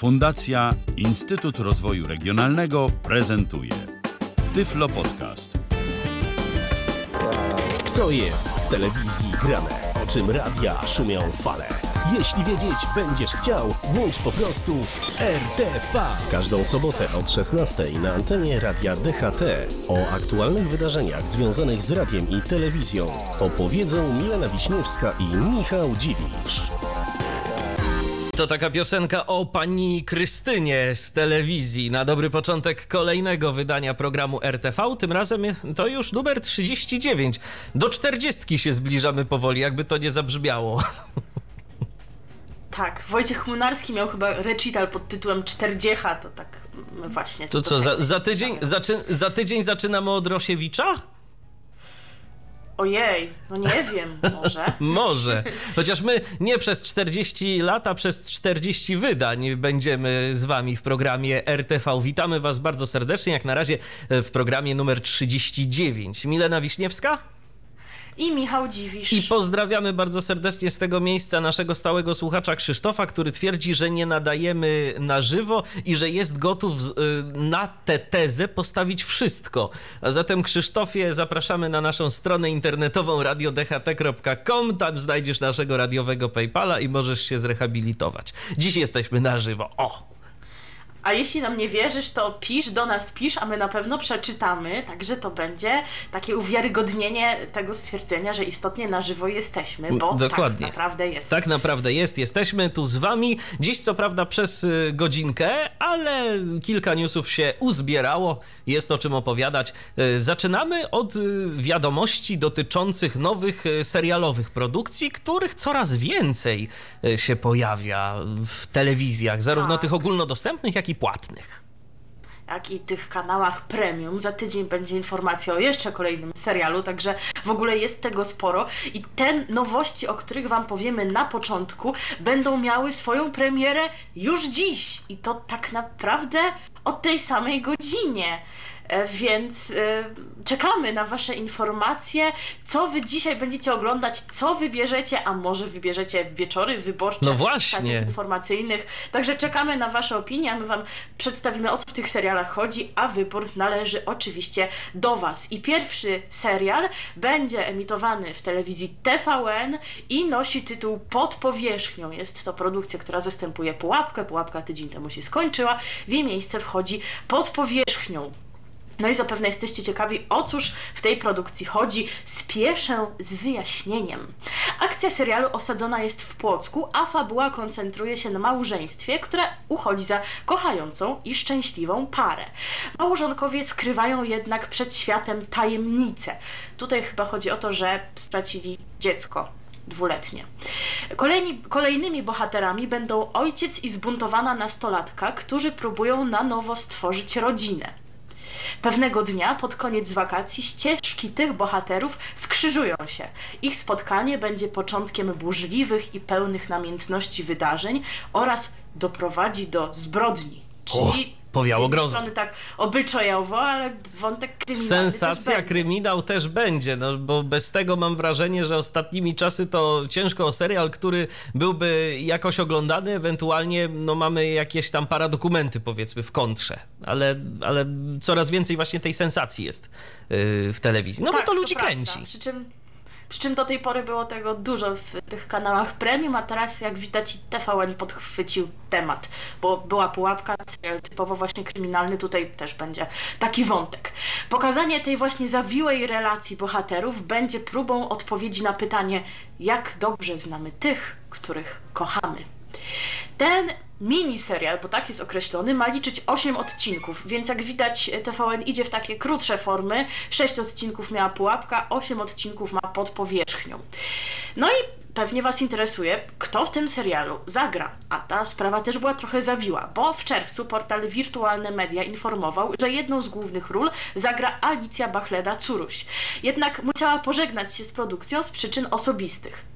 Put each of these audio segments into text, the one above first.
Fundacja Instytut Rozwoju Regionalnego prezentuje Tyflo Podcast. Co jest w telewizji grane? O czym radia szumią fale? Jeśli wiedzieć będziesz chciał, włącz po prostu RTV. W każdą sobotę od 16 na antenie Radia DHT o aktualnych wydarzeniach związanych z radiem i telewizją opowiedzą Milena Wiśniewska i Michał Dziwisz. To taka piosenka o pani Krystynie z telewizji na dobry początek kolejnego wydania programu RTV. Tym razem to już numer 39. Do 40 się zbliżamy powoli, jakby to nie zabrzmiało. Tak, Wojciech Młynarski miał chyba recital pod tytułem 40, to tak właśnie. To co, za tydzień zaczynamy od Rosiewicza? Ojej, no nie wiem, może. Może. Chociaż my nie przez 40 lat, a przez 40 wydań będziemy z wami w programie RTV. Witamy was bardzo serdecznie, jak na razie w programie numer 39. Milena Wiśniewska? I Michał Dziwisz. I pozdrawiamy bardzo serdecznie z tego miejsca naszego stałego słuchacza Krzysztofa, który twierdzi, że nie nadajemy na żywo i że jest gotów na tę tezę postawić wszystko. A zatem, Krzysztofie, zapraszamy na naszą stronę internetową radiodht.com. Tam znajdziesz naszego radiowego PayPala i możesz się zrehabilitować. Dziś jesteśmy na żywo. O! A jeśli nam nie wierzysz, to pisz, do nas pisz, a my na pewno przeczytamy, także to będzie takie uwiarygodnienie tego stwierdzenia, że istotnie na żywo jesteśmy, bo dokładnie. Tak naprawdę jest. Tak naprawdę jesteśmy tu z wami. Dziś co prawda przez godzinkę, ale kilka newsów się uzbierało, jest o czym opowiadać. Zaczynamy od wiadomości dotyczących nowych serialowych produkcji, których coraz więcej się pojawia w telewizjach, zarówno tych ogólnodostępnych, jak i płatnych. Jak i tych kanałach premium. Za tydzień będzie informacja o jeszcze kolejnym serialu, także w ogóle jest tego sporo i te nowości, o których wam powiemy na początku, będą miały swoją premierę już dziś i to tak naprawdę o tej samej godzinie. Więc czekamy na wasze informacje, co wy dzisiaj będziecie oglądać, co wybierzecie, a może wybierzecie wieczory wyborcze w stacjach informacyjnych. Także czekamy na wasze opinie, a my wam przedstawimy, o co w tych serialach chodzi, a wybór należy oczywiście do was. I pierwszy serial będzie emitowany w telewizji TVN i nosi tytuł Pod powierzchnią. Jest to produkcja, która zastępuje Pułapkę. Pułapka tydzień temu się skończyła. W jej miejsce wchodzi Pod powierzchnią. No i zapewne jesteście ciekawi, o cóż w tej produkcji chodzi. Spieszę z wyjaśnieniem. Akcja serialu osadzona jest w Płocku, a fabuła koncentruje się na małżeństwie, które uchodzi za kochającą i szczęśliwą parę. Małżonkowie skrywają jednak przed światem tajemnicę. Tutaj chyba chodzi o to, że stracili dziecko. 2-letnie. Kolejnymi bohaterami będą ojciec i zbuntowana nastolatka, którzy próbują na nowo stworzyć rodzinę. Pewnego dnia, pod koniec wakacji, ścieżki tych bohaterów skrzyżują się. Ich spotkanie będzie początkiem burzliwych i pełnych namiętności wydarzeń oraz doprowadzi do zbrodni. Czyli powiało grozą. Z jednej strony tak obyczajowo, ale wątek kryminalny sensacja, też kryminał też będzie, no bo bez tego mam wrażenie, że ostatnimi czasy to ciężko o serial, który byłby jakoś oglądany, ewentualnie no mamy jakieś tam paradokumenty, powiedzmy, w kontrze, ale coraz więcej właśnie tej sensacji jest w telewizji, no tak, bo to ludzi kręci. Przy czym do tej pory było tego dużo w tych kanałach premium, a teraz, jak widać, TVN podchwycił temat, bo była Pułapka, serial typowo właśnie kryminalny, tutaj też będzie taki wątek. Pokazanie tej właśnie zawiłej relacji bohaterów będzie próbą odpowiedzi na pytanie, jak dobrze znamy tych, których kochamy. Ten miniserial, bo tak jest określony, ma liczyć 8 odcinków, więc jak widać TVN idzie w takie krótsze formy. 6 odcinków miała Pułapka, 8 odcinków ma Pod powierzchnią. No i pewnie was interesuje, kto w tym serialu zagra, a ta sprawa też była trochę zawiła, bo w czerwcu portal Wirtualne Media informował, że jedną z głównych ról zagra Alicja Bachleda-Curuś. Jednak musiała pożegnać się z produkcją z przyczyn osobistych.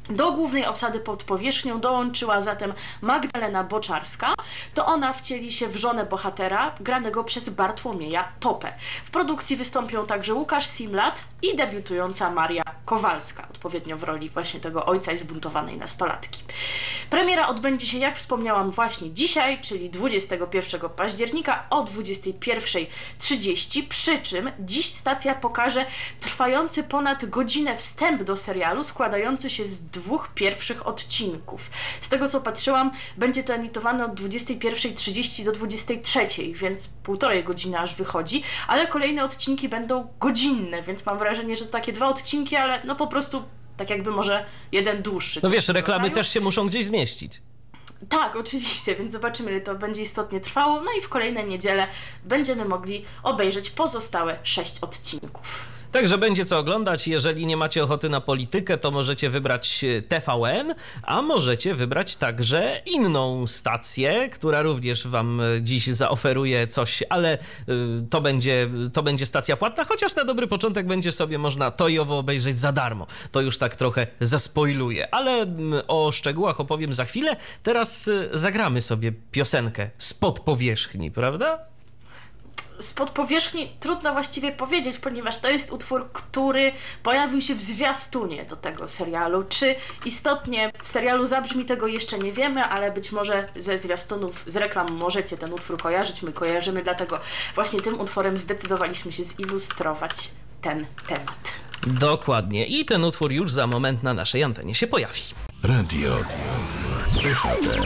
Do głównej obsady Pod powierzchnią dołączyła zatem Magdalena Boczarska. To ona wcieli się w żonę bohatera, granego przez Bartłomieja Topę. W produkcji wystąpią także Łukasz Simlat i debiutująca Maria Kowalska, odpowiednio w roli właśnie tego ojca i zbuntowanej nastolatki. Premiera odbędzie się, jak wspomniałam, właśnie dzisiaj, czyli 21 października o 21:30, przy czym dziś stacja pokaże trwający ponad godzinę wstęp do serialu, składający się z 2 pierwszych odcinków. Z tego co patrzyłam, będzie to emitowane od 21:30 do 23:00, więc 1,5 godziny aż wychodzi, ale kolejne odcinki będą godzinne, więc mam wrażenie, że to takie 2 odcinki, ale no po prostu tak jakby może jeden dłuższy. No wiesz, reklamy też się muszą gdzieś zmieścić. Tak, oczywiście, więc zobaczymy, ile to będzie istotnie trwało. No i w kolejne niedziele będziemy mogli obejrzeć pozostałe 6 odcinków. Także będzie co oglądać. Jeżeli nie macie ochoty na politykę, to możecie wybrać TVN, a możecie wybrać także inną stację, która również wam dziś zaoferuje coś, ale to będzie stacja płatna, chociaż na dobry początek będzie sobie można to i owo obejrzeć za darmo. To już tak trochę zaspoiluję, ale o szczegółach opowiem za chwilę. Teraz zagramy sobie piosenkę Spod powierzchni, prawda? Spod powierzchni trudno właściwie powiedzieć, ponieważ to jest utwór, który pojawił się w zwiastunie do tego serialu. Czy istotnie w serialu zabrzmi, tego jeszcze nie wiemy, ale być może ze zwiastunów, z reklam możecie ten utwór kojarzyć. My kojarzymy, dlatego właśnie tym utworem zdecydowaliśmy się zilustrować ten temat. Dokładnie. I ten utwór już za moment na naszej antenie się pojawi. Radio DHT.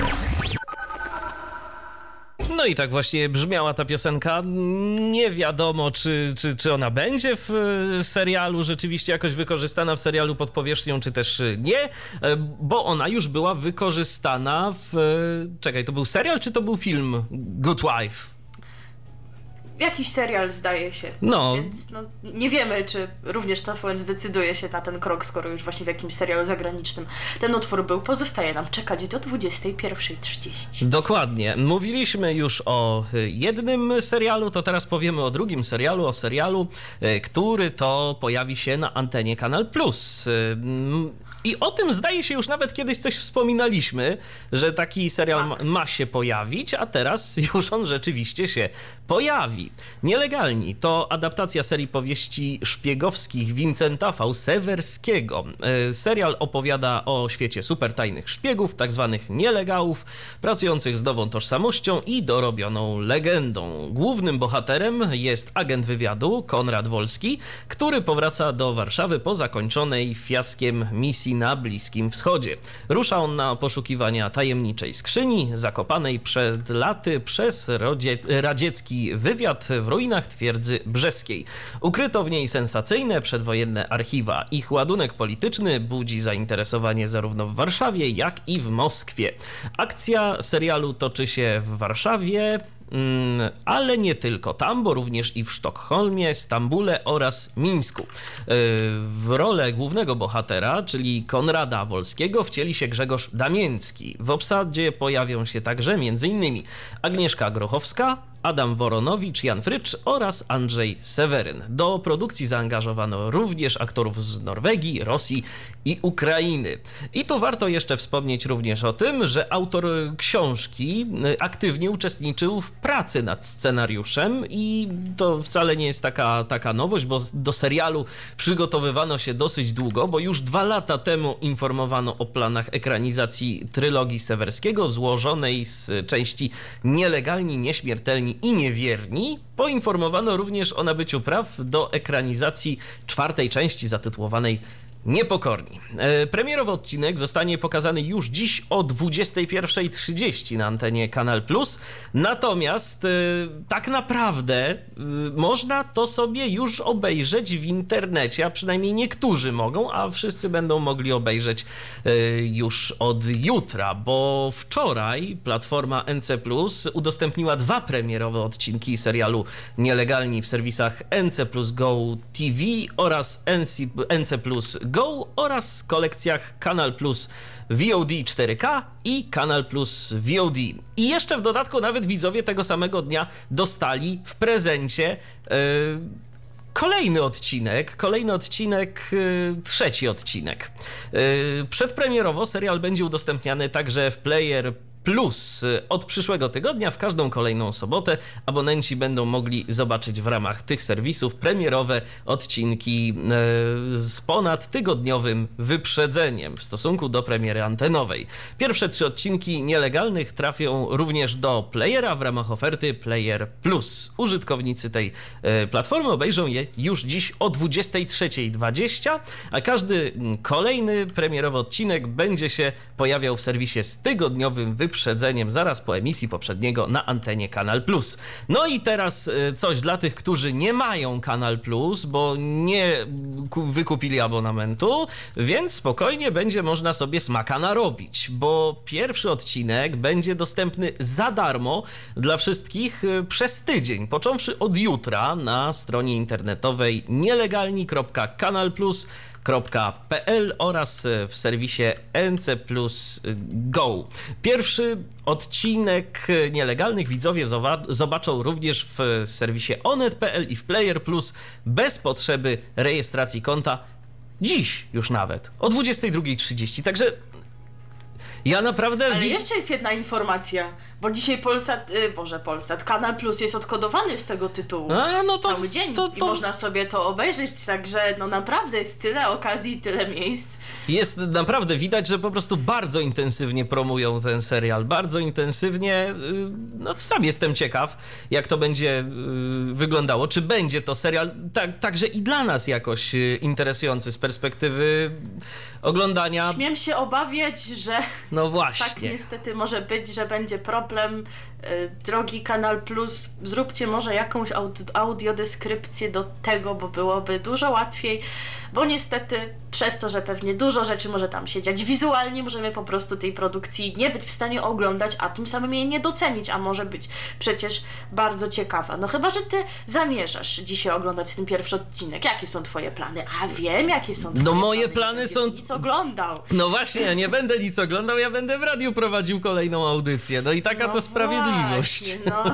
No i tak właśnie brzmiała ta piosenka. Nie wiadomo, czy ona będzie w serialu rzeczywiście jakoś wykorzystana w serialu Pod powierzchnią, czy też nie, bo ona już była wykorzystana w... Czekaj, to był serial, czy to był film Good Wife? Jakiś serial, zdaje się. No. Więc nie wiemy, czy również TVN zdecyduje się na ten krok, skoro już właśnie w jakimś serialu zagranicznym ten utwór był. Pozostaje nam czekać do 21:30. Dokładnie. Mówiliśmy już o jednym serialu, to teraz powiemy o drugim serialu, o serialu, który to pojawi się na antenie Kanal Plus. I o tym zdaje się już nawet kiedyś coś wspominaliśmy, że taki serial ma się pojawić, a teraz już on rzeczywiście się pojawi. Nielegalni to adaptacja serii powieści szpiegowskich Wincenta V. Sewerskiego. Serial opowiada o świecie supertajnych szpiegów, tak zwanych nielegałów, pracujących z nową tożsamością i dorobioną legendą. Głównym bohaterem jest agent wywiadu Konrad Wolski, który powraca do Warszawy po zakończonej fiaskiem misji na Bliskim Wschodzie. Rusza on na poszukiwania tajemniczej skrzyni, zakopanej przed laty przez radziecki wywiad w ruinach twierdzy brzeskiej. Ukryto w niej sensacyjne przedwojenne archiwa. Ich ładunek polityczny budzi zainteresowanie zarówno w Warszawie, jak i w Moskwie. Akcja serialu toczy się w Warszawie, ale nie tylko tam, bo również i w Sztokholmie, Stambule oraz Mińsku. W rolę głównego bohatera, czyli Konrada Wolskiego, wcieli się Grzegorz Damięcki. W obsadzie pojawią się także m.in. Agnieszka Grochowska, Adam Woronowicz, Jan Frycz oraz Andrzej Seweryn. Do produkcji zaangażowano również aktorów z Norwegii, Rosji i Ukrainy. I tu warto jeszcze wspomnieć również o tym, że autor książki aktywnie uczestniczył w pracy nad scenariuszem i to wcale nie jest taka nowość, bo do serialu przygotowywano się dosyć długo, bo już 2 lata temu informowano o planach ekranizacji trylogii Sewerskiego złożonej z części Nielegalni, Nieśmiertelni i Niewierni. Poinformowano również o nabyciu praw do ekranizacji 4. części zatytułowanej Niepokorni. Premierowy odcinek zostanie pokazany już dziś o 21:30 na antenie Kanal Plus. Natomiast tak naprawdę można to sobie już obejrzeć w internecie, a przynajmniej niektórzy mogą, a wszyscy będą mogli obejrzeć już od jutra, bo wczoraj platforma NC Plus udostępniła 2 premierowe odcinki serialu Nielegalni w serwisach NC Plus Go TV oraz NC Plus Go oraz kolekcjach Kanal Plus VOD 4K i Kanal Plus VOD. I jeszcze w dodatku nawet widzowie tego samego dnia dostali w prezencie Kolejny odcinek, trzeci odcinek. Przedpremierowo serial będzie udostępniany także w Player Plus od przyszłego tygodnia. W każdą kolejną sobotę abonenci będą mogli zobaczyć w ramach tych serwisów premierowe odcinki z ponad tygodniowym wyprzedzeniem w stosunku do premiery antenowej. Pierwsze 3 odcinki nielegalnych trafią również do Playera w ramach oferty Player Plus. Użytkownicy tej platformy obejrzą je już dziś o 23:20, a każdy kolejny premierowy odcinek będzie się pojawiał w serwisie z tygodniowym wyprzedzeniem zaraz po emisji poprzedniego na antenie Kanal Plus. No i teraz coś dla tych, którzy nie mają Kanal Plus, bo nie wykupili abonamentu, więc spokojnie będzie można sobie smaka narobić, bo pierwszy odcinek będzie dostępny za darmo dla wszystkich przez tydzień, począwszy od jutra na stronie internetowej nielegalni.kanalplus.pl oraz w serwisie NC Plus Go. Pierwszy odcinek nielegalnych widzowie zobaczą również w serwisie onet.pl i w Player Plus bez potrzeby rejestracji konta dziś już nawet o 22:30. Także ja naprawdę... Ale jeszcze jest jedna informacja, bo dzisiaj Polsat, Kanal Plus jest odkodowany z tego tytułu cały dzień i można sobie to obejrzeć, także no naprawdę jest tyle okazji, tyle miejsc. Jest naprawdę, widać, że po prostu bardzo intensywnie promują ten serial, bardzo intensywnie, no sam jestem ciekaw, jak to będzie wyglądało, czy będzie to serial także i dla nas jakoś interesujący z perspektywy oglądania. Śmiem się obawiać, że no właśnie. Tak niestety może być, że będzie problem. Drogi Kanal Plus, zróbcie może jakąś audiodeskrypcję do tego, bo byłoby dużo łatwiej, bo niestety przez to, że pewnie dużo rzeczy może tam się dziać wizualnie, możemy po prostu tej produkcji nie być w stanie oglądać, a tym samym jej nie docenić, a może być przecież bardzo ciekawa. No chyba, że ty zamierzasz dzisiaj oglądać ten pierwszy odcinek. Jakie są twoje plany? A wiem, jakie są twoje plany. No moje plany plany są... nic oglądał. No właśnie, ja nie będę nic oglądał, ja będę w radiu prowadził kolejną audycję. No i taka to sprawiedliwość. Właśnie, no.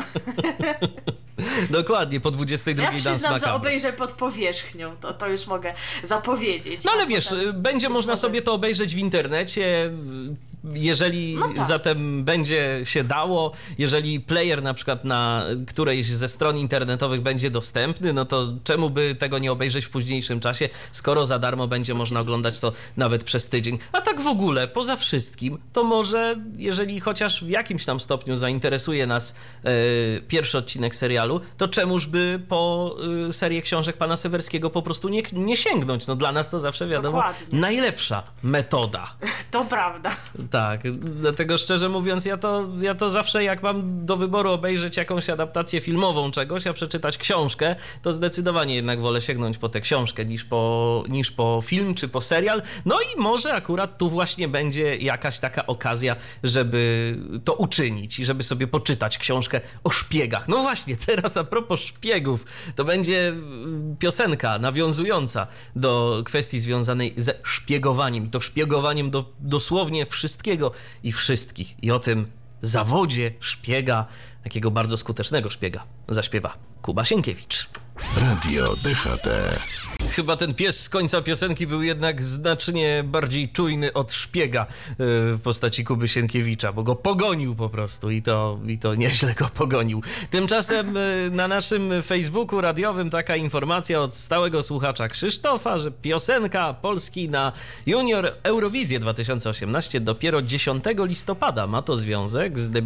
Dokładnie, po 22:00 ja Dan przyznam, Smakabry. że obejrzę pod powierzchnią, to już mogę zapowiedzieć. No ale wiesz, będzie można sobie to obejrzeć w internecie, jeżeli zatem będzie się dało, jeżeli player na przykład na którejś ze stron internetowych będzie dostępny, no to czemu by tego nie obejrzeć w późniejszym czasie, skoro za darmo będzie można oglądać to nawet przez tydzień. A tak w ogóle, poza wszystkim, to może, jeżeli chociaż w jakimś tam stopniu zainteresuje nas pierwszy odcinek serialu, to czemuż by po serię książek pana Sewerskiego po prostu nie sięgnąć. No dla nas to zawsze wiadomo najlepsza metoda. To prawda. Tak, dlatego szczerze mówiąc ja to zawsze jak mam do wyboru obejrzeć jakąś adaptację filmową czegoś, a przeczytać książkę, to zdecydowanie jednak wolę sięgnąć po tę książkę niż po film czy po serial. No i może akurat tu właśnie będzie jakaś taka okazja, żeby to uczynić i żeby sobie poczytać książkę o szpiegach. No właśnie, teraz a propos szpiegów, to będzie piosenka nawiązująca do kwestii związanej ze szpiegowaniem i to szpiegowaniem dosłownie wszystkiego i wszystkich. I o tym zawodzie szpiega, takiego bardzo skutecznego szpiega, zaśpiewa Kuba Sienkiewicz. Radio DHT. Chyba ten pies z końca piosenki był jednak znacznie bardziej czujny od szpiega w postaci Kuby Sienkiewicza, bo go pogonił po prostu i to nieźle go pogonił. Tymczasem na naszym Facebooku radiowym taka informacja od stałego słuchacza Krzysztofa, że piosenka Polski na Junior Eurowizję 2018 dopiero 10 listopada ma to związek z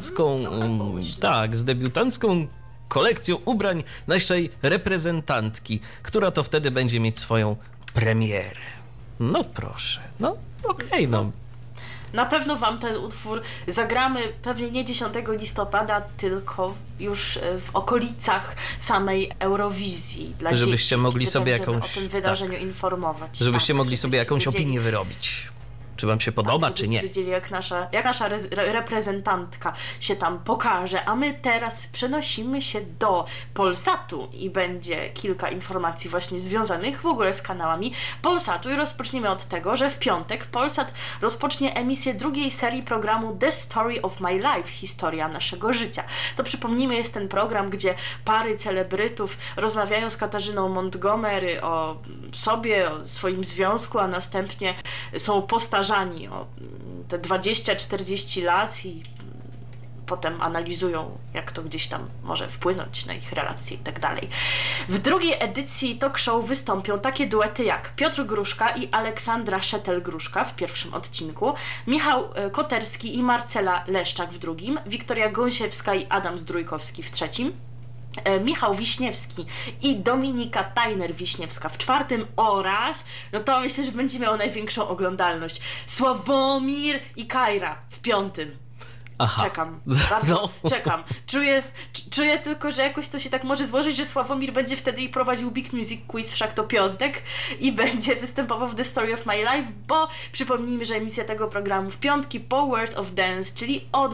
debiutancką kolekcją ubrań naszej reprezentantki, która to wtedy będzie mieć swoją premierę. No proszę, no okej, no. Na pewno wam ten utwór zagramy pewnie nie 10 listopada, tylko już w okolicach samej Eurowizji dla żebyście dzieci, mogli sobie jakąś o tym wydarzeniu informować. Żebyście mogli sobie jakąś opinię wyrobić. czy wam się podoba, czy nie. Wiedzieli, jak nasza reprezentantka się tam pokaże, a my teraz przenosimy się do Polsatu i będzie kilka informacji właśnie związanych w ogóle z kanałami Polsatu i rozpoczniemy od tego, że w piątek Polsat rozpocznie emisję drugiej serii programu The Story of My Life, historia naszego życia. To przypomnijmy, jest ten program, gdzie pary celebrytów rozmawiają z Katarzyną Montgomery o sobie, o swoim związku, a następnie są postarzani o te 20-40 lat i potem analizują, jak to gdzieś tam może wpłynąć na ich relacje i tak dalej. W drugiej edycji talk show wystąpią takie duety jak Piotr Gruszka i Aleksandra Szetel-Gruszka w pierwszym odcinku, Michał Koterski i Marcela Leszczak w drugim, Wiktoria Gąsiewska i Adam Zdrójkowski w trzecim, Michał Wiśniewski i Dominika Tajner-Wiśniewska w czwartym oraz, no to myślę, że będzie miał największą oglądalność, Sławomir i Kajra w piątym. Aha. Czekam, bardzo czekam. Czuję tylko, że jakoś to się tak może złożyć, że Sławomir będzie wtedy i prowadził Big Music Quiz, wszak to piątek, i będzie występował w The Story of My Life, bo przypomnijmy, że emisja tego programu w piątki po World of Dance, czyli o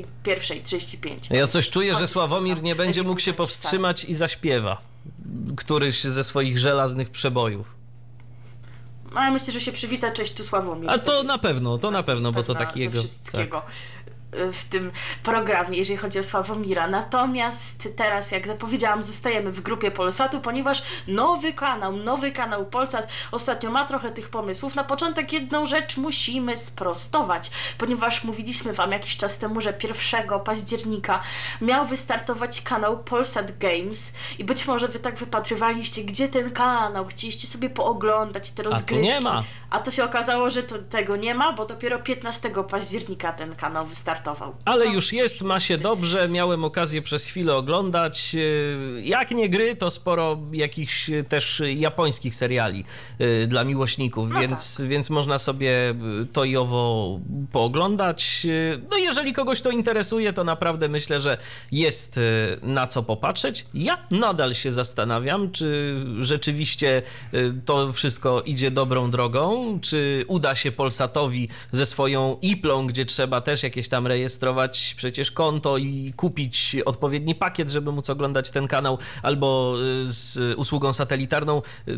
21:35. Ja coś czuję, że Sławomir nie będzie mógł się powstrzymać i zaśpiewa któryś ze swoich żelaznych przebojów. Ale myślę, że się przywita, cześć, tu Sławomir. A to na pewno, bo to taki jego... wszystkiego. W tym programie, jeżeli chodzi o Sławomira. Natomiast teraz, jak zapowiedziałam, zostajemy w grupie Polsatu, ponieważ nowy kanał Polsat ostatnio ma trochę tych pomysłów. Na początek jedną rzecz musimy sprostować, ponieważ mówiliśmy wam jakiś czas temu, że 1 października miał wystartować kanał Polsat Games i być może wy tak wypatrywaliście, gdzie ten kanał, chcieliście sobie pooglądać te rozgrywki. A tu nie ma. A to się okazało, że tego nie ma, bo dopiero 15 października ten kanał wystartował. Ale już jest, ma się dobrze, miałem okazję przez chwilę oglądać. Jak nie gry, to sporo jakichś też japońskich seriali dla miłośników, no więc można sobie to i owo pooglądać. No jeżeli kogoś to interesuje, to naprawdę myślę, że jest na co popatrzeć. Ja nadal się zastanawiam, czy rzeczywiście to wszystko idzie dobrą drogą, czy uda się Polsatowi ze swoją Iplą, gdzie trzeba też jakieś tam rejestrować przecież konto i kupić odpowiedni pakiet, żeby móc oglądać ten kanał, albo z usługą satelitarną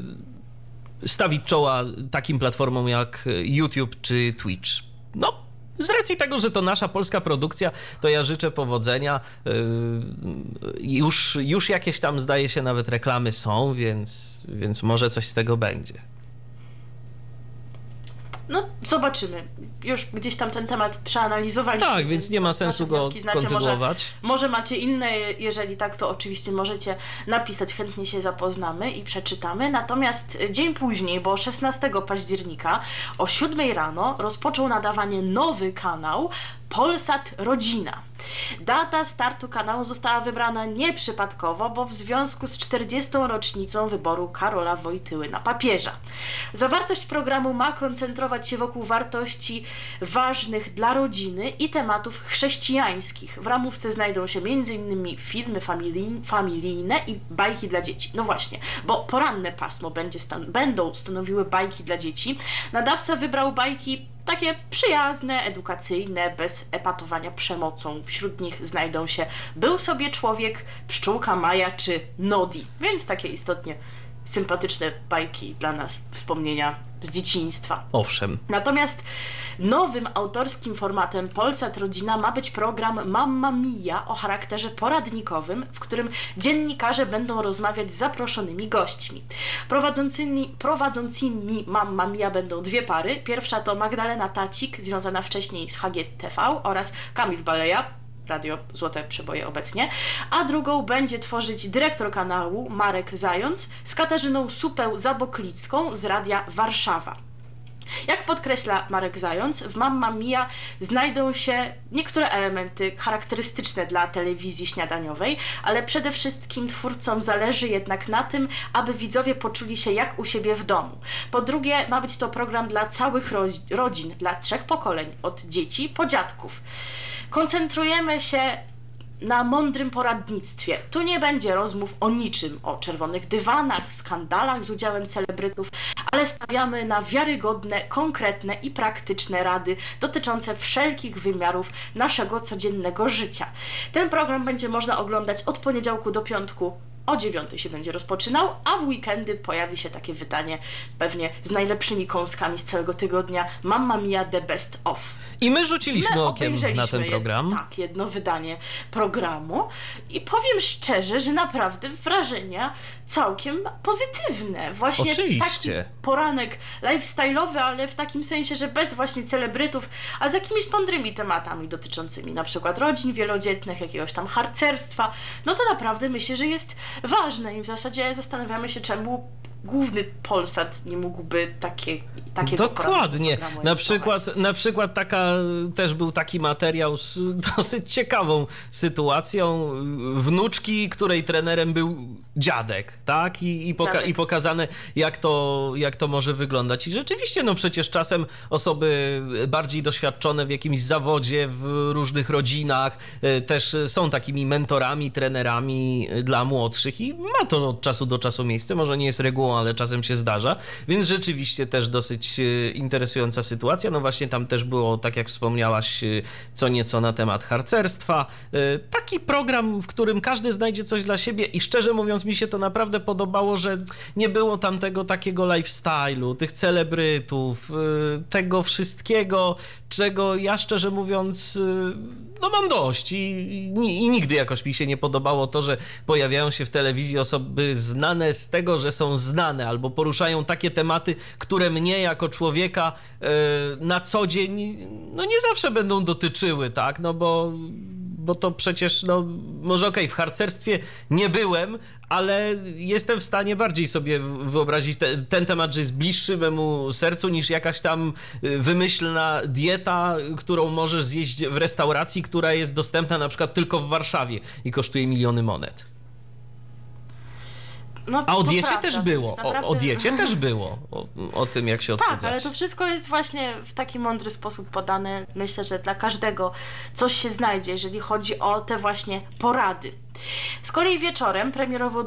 stawić czoła takim platformom jak YouTube czy Twitch. No, z racji tego, że to nasza polska produkcja, to ja życzę powodzenia. Już jakieś tam, zdaje się, nawet reklamy są, więc może coś z tego będzie. No, zobaczymy. Już gdzieś tam ten temat przeanalizowaliśmy. Tak, więc nie ma sensu go kontynuować. Może macie inne, jeżeli tak, to oczywiście możecie napisać, chętnie się zapoznamy i przeczytamy. Natomiast dzień później, bo 16 października o 7 rano rozpoczął nadawanie nowy kanał Polsat Rodzina. Data startu kanału została wybrana nieprzypadkowo, bo w związku z 40. rocznicą wyboru Karola Wojtyły na papieża. Zawartość programu ma koncentrować się wokół wartości ważnych dla rodziny i tematów chrześcijańskich. W ramówce znajdą się m.in. filmy familijne i bajki dla dzieci. No właśnie, bo poranne pasmo będą stanowiły bajki dla dzieci. Nadawca wybrał bajki takie przyjazne, edukacyjne, bez epatowania przemocą. Wśród nich znajdą się Był sobie człowiek, Pszczółka Maja czy Nodi. Więc takie istotnie sympatyczne bajki dla nas, wspomnienia z dzieciństwa. Owszem. Natomiast nowym autorskim formatem Polsat Rodzina ma być program Mamma Mia o charakterze poradnikowym, w którym dziennikarze będą rozmawiać z zaproszonymi gośćmi. Prowadzącymi Mamma Mia będą dwie pary. Pierwsza to Magdalena Tacik, związana wcześniej z HGTV, oraz Kamil Baleja, Radio Złote Przeboje obecnie, a drugą będzie tworzyć dyrektor kanału Marek Zając z Katarzyną Supeł-Zaboklicką z Radia Warszawa. Jak podkreśla Marek Zając, w Mamma Mia znajdą się niektóre elementy charakterystyczne dla telewizji śniadaniowej, ale przede wszystkim twórcom zależy jednak na tym, aby widzowie poczuli się jak u siebie w domu. Po drugie, ma być to program dla całych rodzin, dla 3 pokoleń, od dzieci po dziadków. Koncentrujemy się na mądrym poradnictwie. Tu nie będzie rozmów o niczym, o czerwonych dywanach, skandalach z udziałem celebrytów, ale stawiamy na wiarygodne, konkretne i praktyczne rady dotyczące wszelkich wymiarów naszego codziennego życia. Ten program będzie można oglądać od poniedziałku do piątku. O 9 się będzie rozpoczynał, a w weekendy pojawi się takie wydanie pewnie z najlepszymi kąskami z całego tygodnia, Mamma Mia The Best Of. I my rzuciliśmy okiem na ten program. Tak, jedno wydanie programu i powiem szczerze, że naprawdę wrażenia całkiem pozytywne. Właśnie taki poranek lifestyle'owy, ale w takim sensie, że bez właśnie celebrytów, a z jakimiś mądrymi tematami dotyczącymi na przykład rodzin wielodzietnych, jakiegoś tam harcerstwa, no to naprawdę myślę, że jest ważne i w zasadzie zastanawiamy się, czemu główny Polsat nie mógłby takiego Dokładnie. Na przykład też był taki materiał z dosyć ciekawą sytuacją wnuczki, której trenerem był dziadek, tak? I pokazane, jak to może wyglądać. I rzeczywiście, no przecież czasem osoby bardziej doświadczone w jakimś zawodzie, w różnych rodzinach też są takimi mentorami, trenerami dla młodszych i ma to od czasu do czasu miejsce. Może nie jest regułą, ale czasem się zdarza, więc rzeczywiście też dosyć interesująca sytuacja. No właśnie tam też było, tak jak wspomniałaś, co nieco na temat harcerstwa. Taki program, w którym każdy znajdzie coś dla siebie i szczerze mówiąc mi się to naprawdę podobało, że nie było tam tego takiego lifestyle'u, tych celebrytów, tego wszystkiego, czego ja szczerze mówiąc no mam dość i nigdy jakoś mi się nie podobało to, że pojawiają się w telewizji osoby znane z tego, że są znane albo poruszają takie tematy, które mnie jako człowieka na co dzień no nie zawsze będą dotyczyły, tak, no bo to przecież, no może okej, w harcerstwie nie byłem, ale jestem w stanie bardziej sobie wyobrazić ten temat, że jest bliższy memu sercu niż jakaś tam wymyślna dieta, którą możesz zjeść w restauracji, która jest dostępna na przykład tylko w Warszawie i kosztuje miliony monet. No, a o diecie prawda, też było, naprawdę... o diecie też było, o tym jak się odchudzać. Tak, ale to wszystko jest właśnie w taki mądry sposób podane. Myślę, że dla każdego coś się znajdzie, jeżeli chodzi o te właśnie porady. Z kolei wieczorem, premierowo o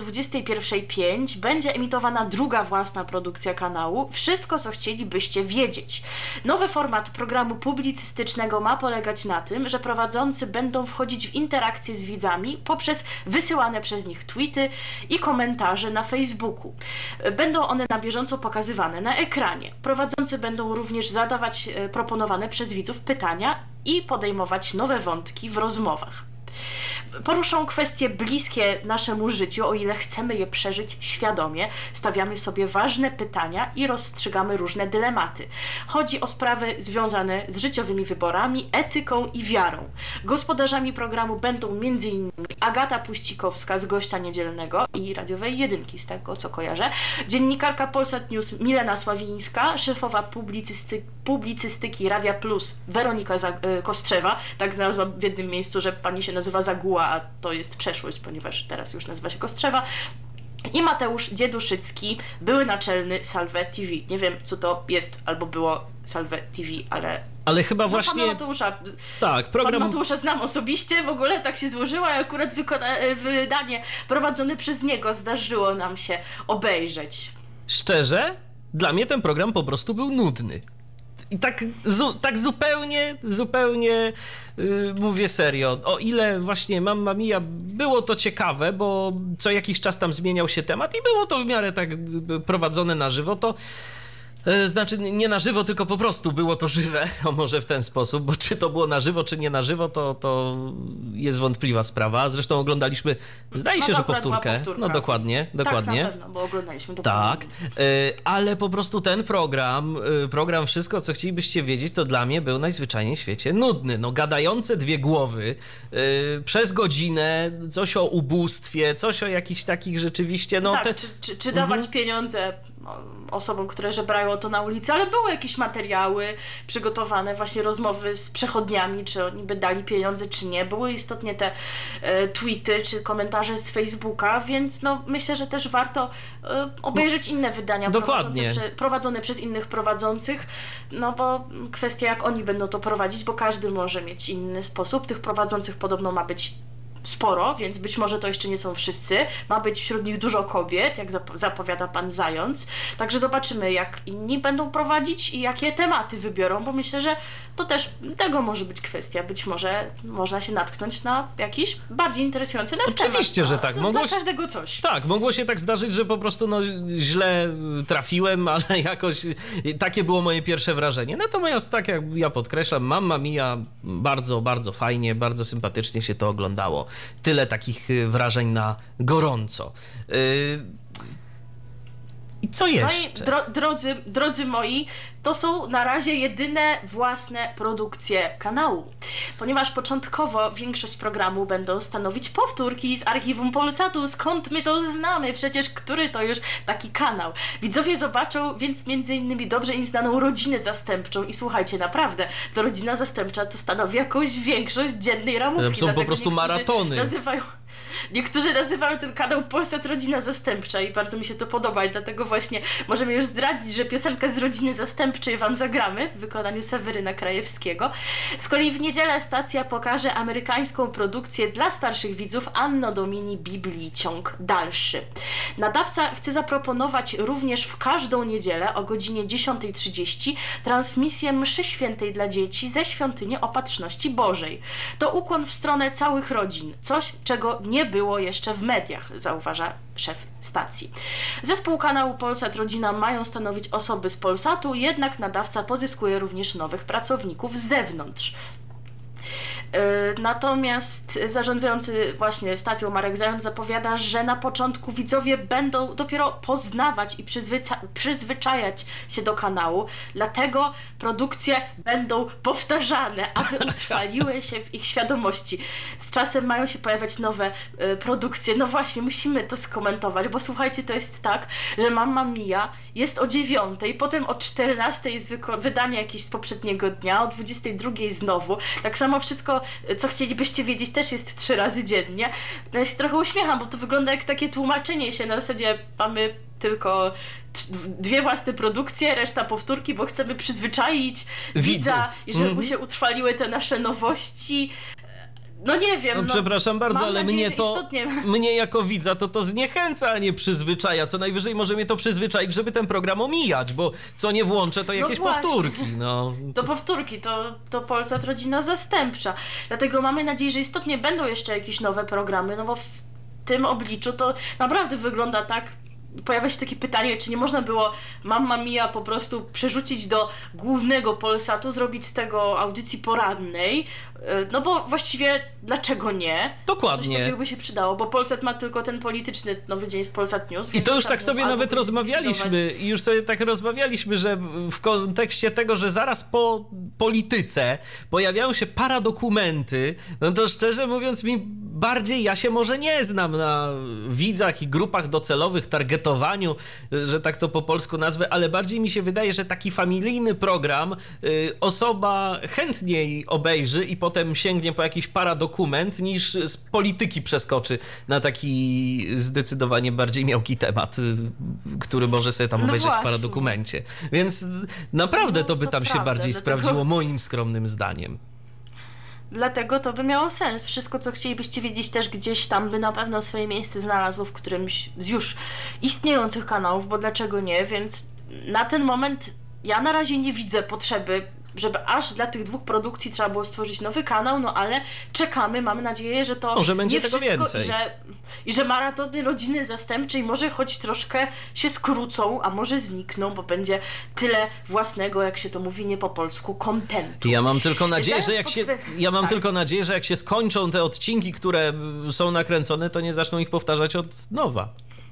21:05, będzie emitowana druga własna produkcja kanału Wszystko, co chcielibyście wiedzieć. Nowy format programu publicystycznego ma polegać na tym, że prowadzący będą wchodzić w interakcję z widzami poprzez wysyłane przez nich tweety i komentarze na Facebooku. Będą one na bieżąco pokazywane na ekranie. Prowadzący będą również zadawać proponowane przez widzów pytania i podejmować nowe wątki w rozmowach. Poruszą kwestie bliskie naszemu życiu, o ile chcemy je przeżyć świadomie, stawiamy sobie ważne pytania i rozstrzygamy różne dylematy. Chodzi o sprawy związane z życiowymi wyborami, etyką i wiarą. Gospodarzami programu będą m.in. Agata Puścikowska z Gościa Niedzielnego i Radiowej Jedynki, z tego co kojarzę, dziennikarka Polsat News Milena Sławińska, szefowa publicystyki Radia Plus Weronika Kostrzewa, tak znalazłam w jednym miejscu, że pani się nazywa Zaguła, a to jest przeszłość, ponieważ teraz już nazywa się Kostrzewa, i Mateusz Dzieduszycki, były naczelny Salve TV. Nie wiem, co to jest albo było Salve TV, ale chyba no, właśnie... Pana Mateusza, tak, Pana Mateusza znam osobiście, w ogóle tak się złożyło, a akurat wydanie prowadzone przez niego zdarzyło nam się obejrzeć. Szczerze? Dla mnie ten program po prostu był nudny. I tak zupełnie mówię serio. O ile właśnie Mamma Mia było to ciekawe, bo co jakiś czas tam zmieniał się temat i było to w miarę tak prowadzone na żywo, to znaczy nie na żywo, tylko po prostu było to żywe, o może w ten sposób, bo czy to było na żywo, czy nie na żywo, to jest wątpliwa sprawa. Zresztą oglądaliśmy, zdaje się, że powtórkę. No dokładnie. Tak, na pewno, bo oglądaliśmy dokładnie. Tak, ale po prostu ten program Wszystko, co chcielibyście wiedzieć, to dla mnie był najzwyczajniej w świecie nudny. No gadające dwie głowy przez godzinę, coś o ubóstwie, coś o jakichś takich rzeczywiście... No, tak, czy dawać pieniądze osobom, które żebrają to na ulicy, ale były jakieś materiały przygotowane, właśnie rozmowy z przechodniami, czy oni by dali pieniądze, czy nie. Były istotnie te tweety, czy komentarze z Facebooka, więc no myślę, że też warto obejrzeć inne wydania prowadzone przez innych prowadzących, no bo kwestia jak oni będą to prowadzić, bo każdy może mieć inny sposób. Tych prowadzących podobno ma być sporo, więc być może to jeszcze nie są wszyscy. Ma być wśród nich dużo kobiet, jak zapowiada pan Zając. Także zobaczymy, jak inni będą prowadzić i jakie tematy wybiorą, bo myślę, że to też tego może być kwestia. Być może można się natknąć na jakiś bardziej interesujący nas temat. Oczywiście, że tak. Dla każdego coś. Tak, mogło się tak zdarzyć, że po prostu źle trafiłem, ale jakoś takie było moje pierwsze wrażenie. Natomiast tak jak ja podkreślam, Mamma Mia, bardzo, bardzo fajnie, bardzo sympatycznie się to oglądało. Tyle takich wrażeń na gorąco. I co jeszcze? No i drodzy moi, to są na razie jedyne własne produkcje kanału, ponieważ początkowo większość programu będą stanowić powtórki z archiwum Polsatu. Skąd my to znamy? Przecież który to już taki kanał? Widzowie zobaczą więc m.in. dobrze im znaną Rodzinę Zastępczą i słuchajcie, naprawdę, ta Rodzina Zastępcza to stanowi jakąś większość dziennej ramówki. To są po prostu maratony. Niektórzy nazywają ten kanał Polsat Rodzina Zastępcza i bardzo mi się to podoba i dlatego właśnie możemy już zdradzić, że piosenkę z Rodziny Zastępczej wam zagramy w wykonaniu Seweryna Krajewskiego. Z kolei w niedzielę stacja pokaże amerykańską produkcję dla starszych widzów Anno Domini Biblii ciąg dalszy. Nadawca chce zaproponować również w każdą niedzielę o godzinie 10:30 transmisję mszy świętej dla dzieci ze Świątyni Opatrzności Bożej. To ukłon w stronę całych rodzin, coś czego nie było jeszcze w mediach, zauważa szef stacji. Zespół kanału Polsat Rodzina mają stanowić osoby z Polsatu, jednak nadawca pozyskuje również nowych pracowników z zewnątrz. Natomiast zarządzający właśnie stacją Marek Zając zapowiada, że na początku widzowie będą dopiero poznawać i przyzwyczajać się do kanału, dlatego produkcje będą powtarzane, aby utrwaliły się w ich świadomości. Z czasem mają się pojawiać nowe produkcje. No właśnie, musimy to skomentować, bo słuchajcie, to jest tak, że Mamma Mia jest o 9:00, potem o 14:00 jest wydanie jakieś z poprzedniego dnia, o 22:00 znowu. Tak samo wszystko, co chcielibyście wiedzieć, też jest 3 razy dziennie. No ja się trochę uśmiecham, bo to wygląda jak takie tłumaczenie się na zasadzie mamy tylko 2 własne produkcje, reszta powtórki, bo chcemy przyzwyczaić widza i żeby mu się utrwaliły te nasze nowości. No nie wiem. Przepraszam bardzo, ale nadzieję, mnie jako widza to zniechęca, a nie przyzwyczaja. Co najwyżej może mnie to przyzwyczaić, żeby ten program omijać, bo co nie włączę, to jakieś powtórki. To powtórki, to Polsat Rodzina Zastępcza. Dlatego mamy nadzieję, że istotnie będą jeszcze jakieś nowe programy, no bo w tym obliczu to naprawdę wygląda tak. Pojawia się takie pytanie, czy nie można było Mamma Mia po prostu przerzucić do głównego Polsatu, zrobić z tego audycji porannej, no bo właściwie dlaczego nie? Dokładnie. Coś takiego by się przydało, bo Polsat ma tylko ten polityczny nowy dzień z Polsat News. I to już tak sobie nawet rozmawialiśmy, że w kontekście tego, że zaraz po polityce pojawiają się paradokumenty, no to szczerze mówiąc bardziej ja się może nie znam na widzach i grupach docelowych, targetowaniu, że tak to po polsku nazwę, ale bardziej mi się wydaje, że taki familijny program osoba chętniej obejrzy i potem sięgnie po jakiś paradokument, niż z polityki przeskoczy na taki zdecydowanie bardziej miałki temat, który może sobie tam obejrzeć w paradokumencie. Więc naprawdę to by tam się bardziej sprawdziło, moim skromnym zdaniem. Dlatego to by miało sens. Wszystko, co chcielibyście wiedzieć, też gdzieś tam by na pewno swoje miejsce znalazło w którymś z już istniejących kanałów, bo dlaczego nie? Więc na ten moment ja na razie nie widzę potrzeby, żeby aż dla tych 2 produkcji trzeba było stworzyć nowy kanał, no ale czekamy, mamy nadzieję, że to może będzie nie tego wszystko, więcej. I że maratony Rodziny Zastępczej może choć troszkę się skrócą, a może znikną, bo będzie tyle własnego, jak się to mówi nie po polsku, kontentu. Ja mam tylko nadzieję, tylko nadzieję, że jak się skończą te odcinki, które są nakręcone, to nie zaczną ich powtarzać od nowa.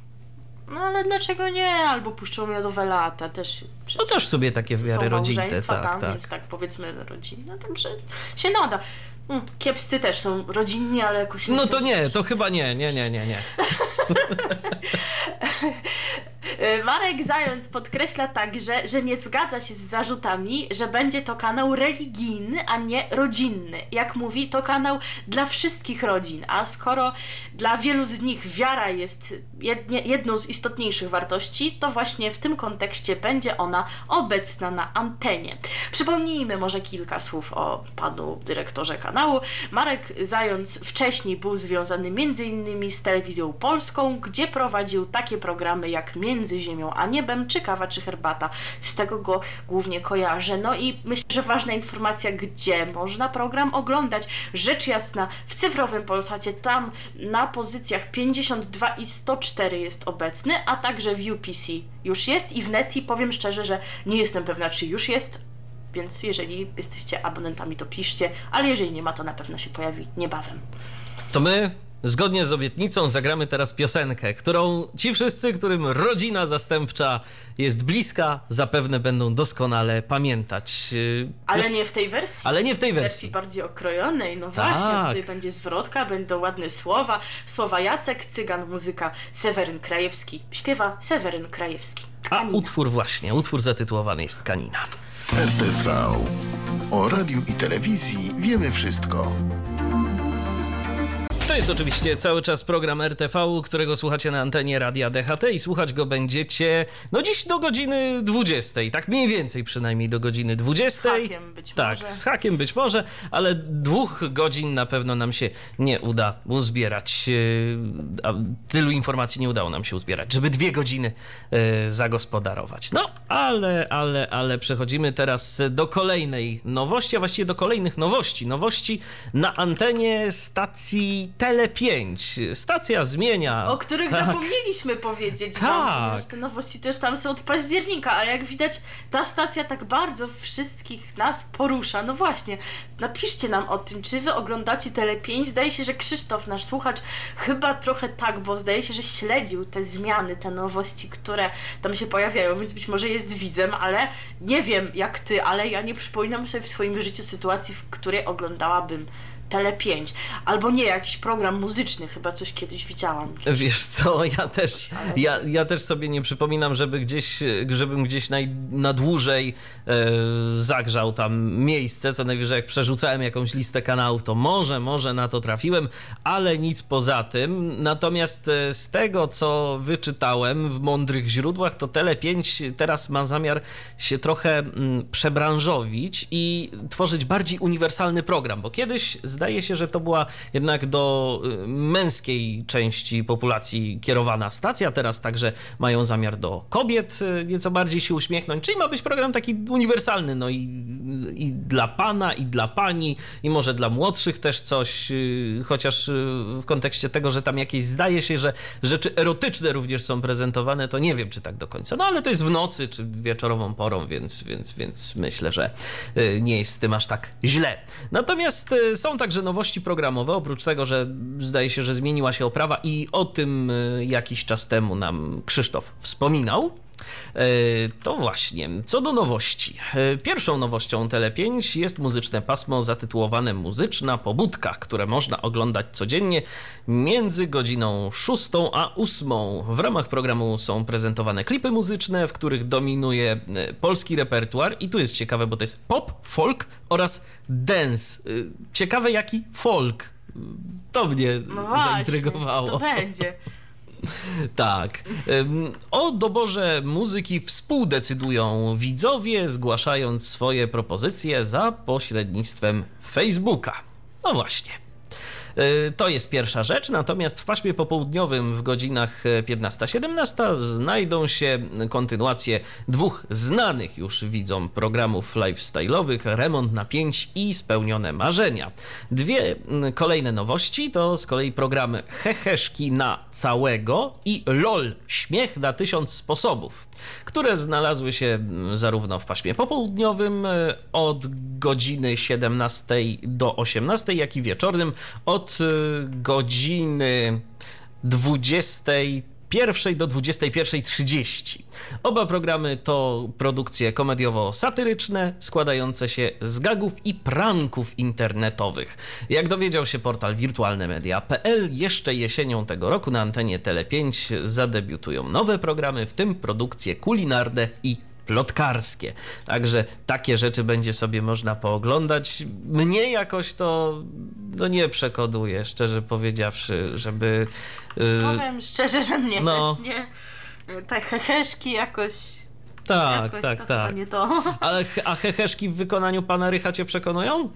No ale dlaczego nie? Albo puszczą Miodowe Lata też. No też sobie takie w miarę rodzinne, tak. Więc tak powiedzmy rodzinne, także się nada. Kiepscy też są rodzinni, ale jakoś... No to nie, to chyba nie. Marek Zając podkreśla także, że nie zgadza się z zarzutami, że będzie to kanał religijny, a nie rodzinny. Jak mówi, to kanał dla wszystkich rodzin, a skoro dla wielu z nich wiara jest jedną z istotniejszych wartości, to właśnie w tym kontekście będzie ona obecna na antenie. Przypomnijmy może kilka słów o panu dyrektorze kanału. Marek Zając wcześniej był związany m.in. z Telewizją Polską, gdzie prowadził takie programy jak Między Ziemią a Niebem, czy Kawa, czy Herbata. Z tego go głównie kojarzę. No i myślę, że ważna informacja, gdzie można program oglądać. Rzecz jasna, w cyfrowym Polsacie, tam na pozycjach 52 i 104 jest obecny, a także w UPC już jest i w Neti powiem szczerze, że nie jestem pewna, czy już jest, więc jeżeli jesteście abonentami, to piszcie, ale jeżeli nie ma, to na pewno się pojawi niebawem. To my, zgodnie z obietnicą, zagramy teraz piosenkę, którą ci wszyscy, którym rodzina zastępcza jest bliska, zapewne będą doskonale pamiętać. Ale nie w tej wersji. Ale nie w tej W wersji. wersji bardziej okrojonej, no Tak. właśnie, tutaj będzie zwrotka, będą ładne słowa Jacek Cygan, muzyka Seweryn Krajewski. Śpiewa Seweryn Krajewski. A Tkanina. utwór zatytułowany jest Tkanina. RTV. O radiu i telewizji wiemy wszystko. To jest oczywiście cały czas program RTV, którego słuchacie na antenie Radia DHT i słuchać go będziecie dziś do godziny 20. Tak mniej więcej przynajmniej do godziny 20. Z hakiem być tak, może. z hakiem być może, ale 2 godzin na pewno nam się nie uda uzbierać. A tylu informacji nie udało nam się uzbierać, żeby 2 godziny zagospodarować. No, ale przechodzimy teraz do kolejnej nowości, a właściwie do kolejnych nowości. Nowości na antenie stacji Tele5. Stacja zmienia. O których zapomnieliśmy powiedzieć wam, Tak. ponieważ te nowości też tam są od października, ale jak widać, ta stacja tak bardzo wszystkich nas porusza. No właśnie, napiszcie nam o tym, czy wy oglądacie Tele5. Zdaje się, że Krzysztof, nasz słuchacz, chyba trochę tak, bo zdaje się, że śledził te zmiany, te nowości, które tam się pojawiają, więc być może jest widzem, ale nie wiem jak ty, ale ja nie przypominam sobie w swoim życiu sytuacji, w której oglądałabym Tele5. Albo nie, jakiś program muzyczny, chyba coś kiedyś widziałam. Wiesz co, ja też sobie nie przypominam, żebym gdzieś na dłużej zagrzał tam miejsce, co najwyżej jak przerzucałem jakąś listę kanałów, to może na to trafiłem, ale nic poza tym. Natomiast z tego, co wyczytałem w mądrych źródłach, to Tele5 teraz ma zamiar się trochę przebranżowić i tworzyć bardziej uniwersalny program, bo kiedyś zdaje się, że to była jednak do męskiej części populacji kierowana stacja, teraz także mają zamiar do kobiet nieco bardziej się uśmiechnąć, czyli ma być program taki uniwersalny, no i dla pana, i dla pani, i może dla młodszych też coś, chociaż w kontekście tego, że tam jakieś zdaje się, że rzeczy erotyczne również są prezentowane, to nie wiem, czy tak do końca, no ale to jest w nocy, czy wieczorową porą, więc myślę, że nie jest z tym aż tak źle. Natomiast są także nowości programowe, oprócz tego, że zdaje się, że zmieniła się oprawa i o tym jakiś czas temu nam Krzysztof wspominał. To właśnie, co do nowości. Pierwszą nowością Tele5 jest muzyczne pasmo zatytułowane Muzyczna Pobudka, które można oglądać codziennie między godziną 6 a 8. W ramach programu są prezentowane klipy muzyczne, w których dominuje polski repertuar i tu jest ciekawe, bo to jest pop, folk oraz dance. Ciekawe jaki folk. To mnie zaintrygowało. To będzie. Tak. O doborze muzyki współdecydują widzowie, zgłaszając swoje propozycje za pośrednictwem Facebooka. No właśnie. To jest pierwsza rzecz, natomiast w paśmie popołudniowym w godzinach 15-17 znajdą się kontynuacje 2 znanych już widzom programów lifestyle'owych Remont na 5 i Spełnione Marzenia. 2 kolejne nowości to z kolei programy Heheszki na całego i LOL, śmiech na 1000 sposobów, które znalazły się zarówno w paśmie popołudniowym od godziny 17 do 18, jak i wieczornym od godziny 25 21 do 21:30. Oba programy to produkcje komediowo-satyryczne, składające się z gagów i pranków internetowych. Jak dowiedział się portal wirtualnemedia.pl, jeszcze jesienią tego roku na antenie Tele5 zadebiutują nowe programy, w tym produkcje kulinarne i plotkarskie. Także takie rzeczy będzie sobie można pooglądać. Mnie jakoś to nie przekonuje, szczerze powiedziawszy, żeby... Powiem szczerze, że mnie też nie. Te heheszki jakoś... Tak. Nie to. A heheszki w wykonaniu pana Rycha cię przekonują?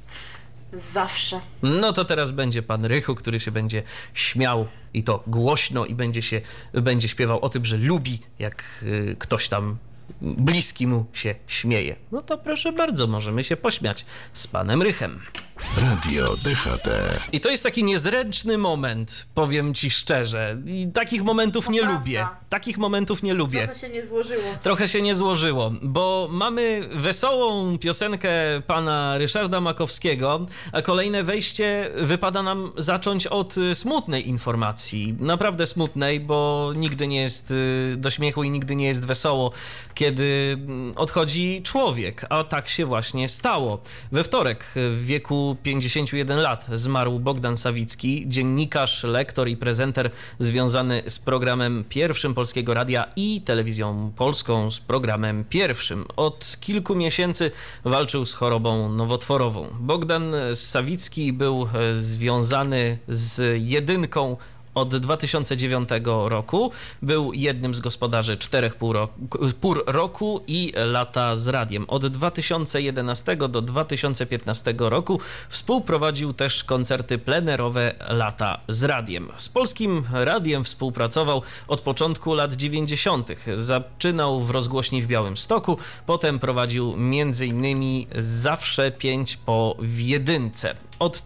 Zawsze. No to teraz będzie pan Rychu, który się będzie śmiał i to głośno i będzie śpiewał o tym, że lubi, jak ktoś tam bliski mu się śmieje. No to proszę bardzo, możemy się pośmiać z panem Rychem. Radio DHT. I to jest taki niezręczny moment, powiem ci szczerze. I takich momentów nie lubię. Takich momentów nie lubię. Trochę się nie złożyło, bo mamy wesołą piosenkę pana Ryszarda Makowskiego, a kolejne wejście wypada nam zacząć od smutnej informacji. Naprawdę smutnej, bo nigdy nie jest do śmiechu i nigdy nie jest wesoło, kiedy odchodzi człowiek, a tak się właśnie stało. We wtorek w wieku 51 lat zmarł Bogdan Sawicki, dziennikarz, lektor i prezenter związany z programem Pierwszym Polskiego Radia i Telewizją Polską, z programem Pierwszym. Od kilku miesięcy walczył z chorobą nowotworową. Bogdan Sawicki był związany z Jedynką od 2009 roku. Był jednym z gospodarzy 4 pór roku i lata z radiem. Od 2011 do 2015 roku współprowadził też koncerty plenerowe Lata z radiem. Z Polskim Radiem współpracował od początku lat 90. Zaczynał w rozgłośni w Białymstoku, potem prowadził m.in. Zawsze 5 w Jedynce. Od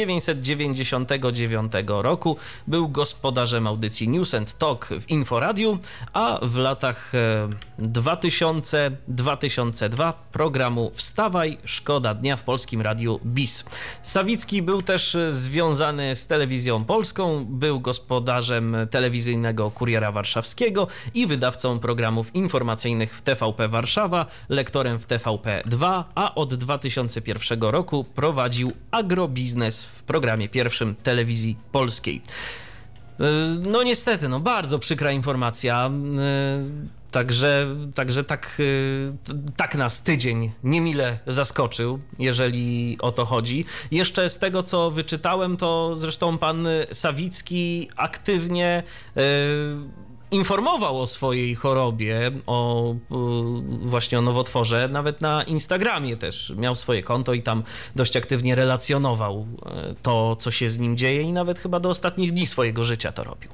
1999 roku był gospodarzem audycji News and Talk w Inforadiu, a w latach 2000-2002 programu Wstawaj, szkoda dnia w Polskim Radiu BIS. Sawicki był też związany z Telewizją Polską, był gospodarzem telewizyjnego Kuriera Warszawskiego i wydawcą programów informacyjnych w TVP Warszawa, lektorem w TVP2, a od 2001 roku prowadził agrobiznes w programie Pierwszym Telewizji Polskiej. No niestety, bardzo przykra informacja. Także tak nas tydzień niemile zaskoczył, jeżeli o to chodzi. Jeszcze z tego, co wyczytałem, to zresztą pan Sawicki aktywnie informował o swojej chorobie, właśnie o nowotworze, nawet na Instagramie też miał swoje konto i tam dość aktywnie relacjonował to, co się z nim dzieje i nawet chyba do ostatnich dni swojego życia to robił.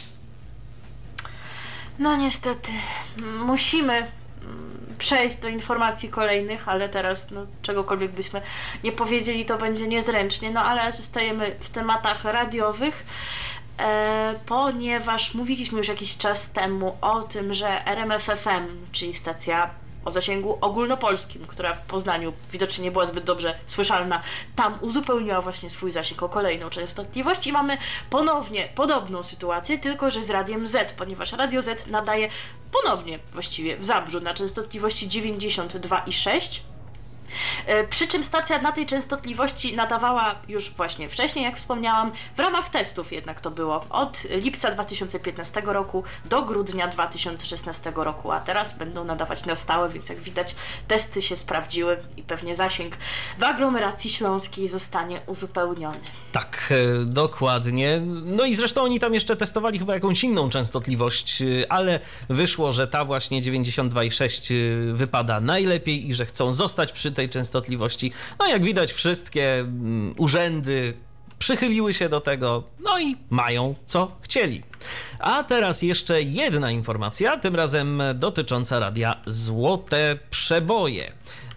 No niestety, musimy przejść do informacji kolejnych, ale teraz czegokolwiek byśmy nie powiedzieli, to będzie niezręcznie, ale zostajemy w tematach radiowych. Ponieważ mówiliśmy już jakiś czas temu o tym, że RMF FM, czyli stacja o zasięgu ogólnopolskim, która w Poznaniu widocznie nie była zbyt dobrze słyszalna, tam uzupełniła właśnie swój zasięg o kolejną częstotliwość i mamy ponownie podobną sytuację, tylko że z Radiem Z, ponieważ Radio Z nadaje ponownie właściwie w Zabrzu na częstotliwości 92,6. Przy czym stacja na tej częstotliwości nadawała już właśnie wcześniej, jak wspomniałam, w ramach testów jednak to było od lipca 2015 roku do grudnia 2016 roku, a teraz będą nadawać na stałe, więc jak widać testy się sprawdziły i pewnie zasięg w aglomeracji śląskiej zostanie uzupełniony. Tak, dokładnie. No i zresztą oni tam jeszcze testowali chyba jakąś inną częstotliwość, ale wyszło, że ta właśnie 92,6 wypada najlepiej i że chcą zostać przy tej częstotliwości. No jak widać, wszystkie urzędy przychyliły się do tego, no i mają co chcieli. A teraz jeszcze jedna informacja, tym razem dotycząca radia Złote Przeboje.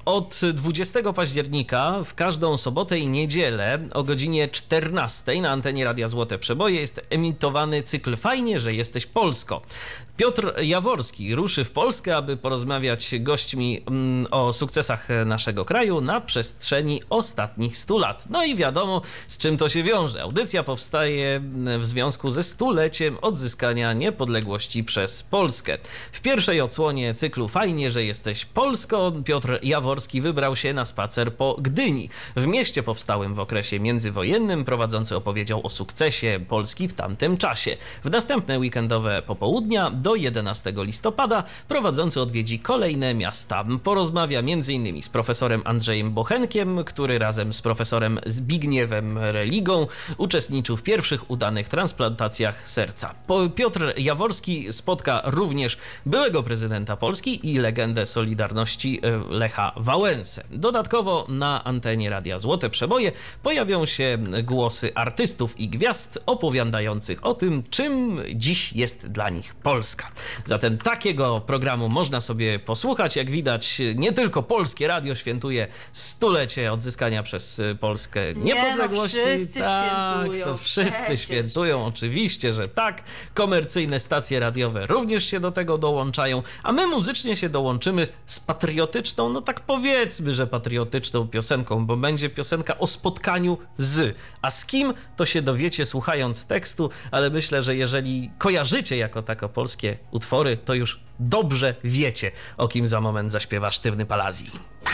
Od 20 października w każdą sobotę i niedzielę o godzinie 14 na antenie Radia Złote Przeboje jest emitowany cykl Fajnie, że jesteś Polsko. Piotr Jaworski ruszy w Polskę, aby porozmawiać z gośćmi o sukcesach naszego kraju na przestrzeni ostatnich 100 lat. No i wiadomo, z czym to się wiąże. Audycja powstaje w związku ze 100-leciem odzyskania niepodległości przez Polskę. W pierwszej odsłonie cyklu Fajnie, że jesteś Polsko, Piotr Jaworski wybrał się na spacer po Gdyni. W mieście powstałym w okresie międzywojennym prowadzący opowiedział o sukcesie Polski w tamtym czasie. W następne weekendowe popołudnia do 11 listopada prowadzący odwiedzi kolejne miasta. Porozmawia m.in. z profesorem Andrzejem Bochenkiem, który razem z profesorem Zbigniewem Religą uczestniczył w pierwszych udanych transplantacjach serca. Piotr Jaworski spotka również byłego prezydenta Polski i legendę Solidarności Lecha Wałęsę. Dodatkowo na antenie Radia Złote Przeboje pojawią się głosy artystów i gwiazd opowiadających o tym, czym dziś jest dla nich Polska. Zatem takiego programu można sobie posłuchać. Jak widać, nie tylko Polskie Radio świętuje 100-lecie odzyskania przez Polskę niepodległości. Wszyscy świętują. To wszyscy świętują, oczywiście, że tak. Komercyjne stacje radiowe również się do tego dołączają, a my muzycznie się dołączymy z patriotyczną, no tak powiedzmy, że patriotyczną piosenką, bo będzie piosenka o spotkaniu z. A z kim, to się dowiecie słuchając tekstu, ale myślę, że jeżeli kojarzycie jako tako polskie utwory, to już dobrze wiecie, o kim za moment zaśpiewa Sztywny Palazzi.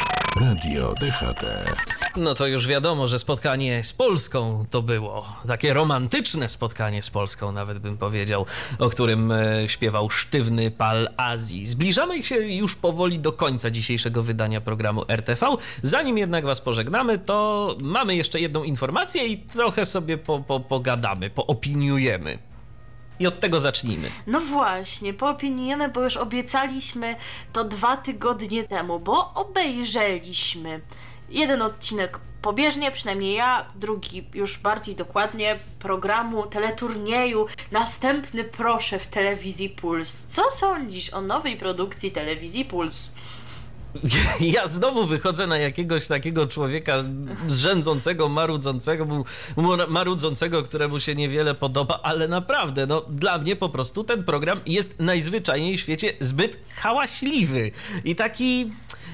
Radio DHT. No to już wiadomo, że spotkanie z Polską to było. Takie romantyczne spotkanie z Polską, nawet bym powiedział, o którym śpiewał Sztywny Palazzi. Zbliżamy się już powoli do końca dzisiejszego wydania programu RTV. Zanim jednak was pożegnamy, to mamy jeszcze jedną informację i trochę sobie pogadamy, poopiniujemy. I od tego zacznijmy. No właśnie, poopiniujemy, bo już obiecaliśmy to 2 tygodnie temu, bo obejrzeliśmy jeden odcinek pobieżnie, przynajmniej ja, drugi już bardziej dokładnie, programu, teleturnieju Następny proszę w telewizji Puls. Co sądzisz o nowej produkcji telewizji Puls? Ja znowu wychodzę na jakiegoś takiego człowieka zrzędzącego, marudzącego, któremu się niewiele podoba, ale naprawdę, no dla mnie po prostu ten program jest najzwyczajniej w świecie zbyt hałaśliwy i taki...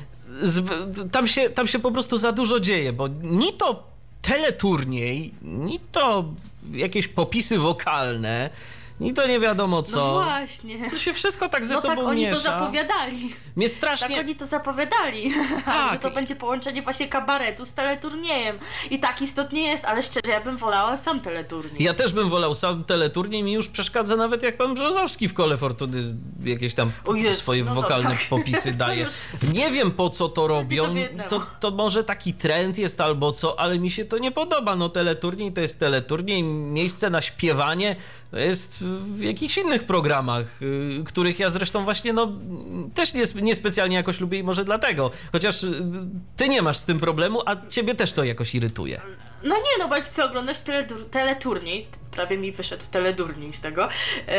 Tam się po prostu za dużo dzieje, bo ni to teleturniej, ni to jakieś popisy wokalne, ni to nie wiadomo co. No właśnie. To się wszystko tak ze sobą miesza. No tak oni to zapowiadali. Mnie strasznie... Tak oni to zapowiadali. Tak. Że to będzie połączenie właśnie kabaretu z teleturniejem. I tak istotnie jest, ale szczerze, ja bym wolała sam teleturniej. Ja też bym wolał sam teleturniej. Mi już przeszkadza nawet jak pan Brzozowski w Kole Fortuny jakieś tam swoje wokalne popisy daje. Już... Nie wiem po co to robią. To może taki trend jest albo co, ale mi się to nie podoba. No teleturniej to jest teleturniej. Miejsce na śpiewanie to jest w jakichś innych programach, których ja zresztą właśnie też niespecjalnie jakoś lubię i może dlatego. Chociaż ty nie masz z tym problemu, a ciebie też to jakoś irytuje. No nie, no bo jak chcę oglądać teleturniej, prawie mi wyszedł teledurniej z tego,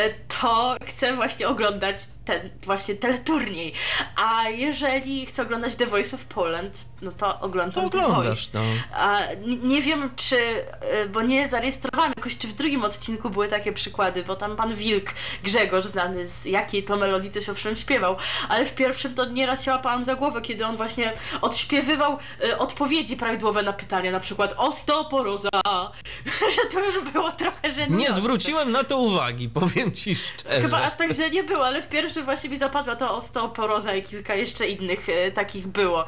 to chcę właśnie oglądać ten właśnie teleturniej. A jeżeli chcę oglądać The Voice of Poland, no to oglądam The Voice. No. A nie wiem czy, bo nie zarejestrowałam jakoś, czy w drugim odcinku były takie przykłady, bo tam pan Wilk, Grzegorz, znany z jakiej to melodii coś owszem śpiewał, ale w pierwszym to nieraz się łapałam za głowę, kiedy on właśnie odśpiewywał odpowiedzi prawidłowe na pytania, na przykład osteoporoza, że to już było trochę żenujące. Nie zwróciłem na to uwagi, powiem ci szczerze. Chyba aż tak, że nie było, ale w pierwszym właśnie mi zapadła to osteoporoza i kilka jeszcze innych takich było.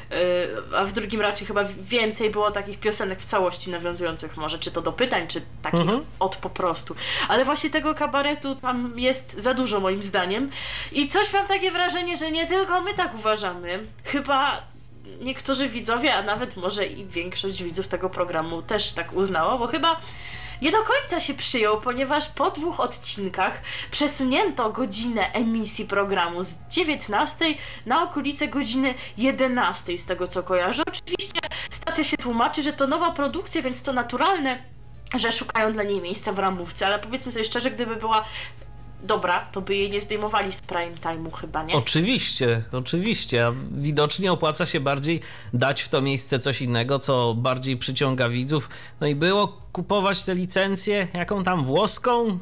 A w drugim raczej chyba więcej było takich piosenek w całości nawiązujących może, czy to do pytań, czy takich od po prostu. Ale właśnie tego kabaretu tam jest za dużo moim zdaniem. I coś mam takie wrażenie, że nie tylko my tak uważamy. Chyba niektórzy widzowie, a nawet może i większość widzów tego programu też tak uznało, bo chyba nie do końca się przyjął, ponieważ po 2 odcinkach przesunięto godzinę emisji programu z 19 na okolice godziny 11, z tego co kojarzę. Oczywiście stacja się tłumaczy, że to nowa produkcja, więc to naturalne, że szukają dla niej miejsca w ramówce, ale powiedzmy sobie szczerze, gdyby była dobra, to by jej nie zdejmowali z prime time'u chyba, nie? Oczywiście. A widocznie opłaca się bardziej dać w to miejsce coś innego, co bardziej przyciąga widzów. No i było kupować tę licencję, jaką tam włoską?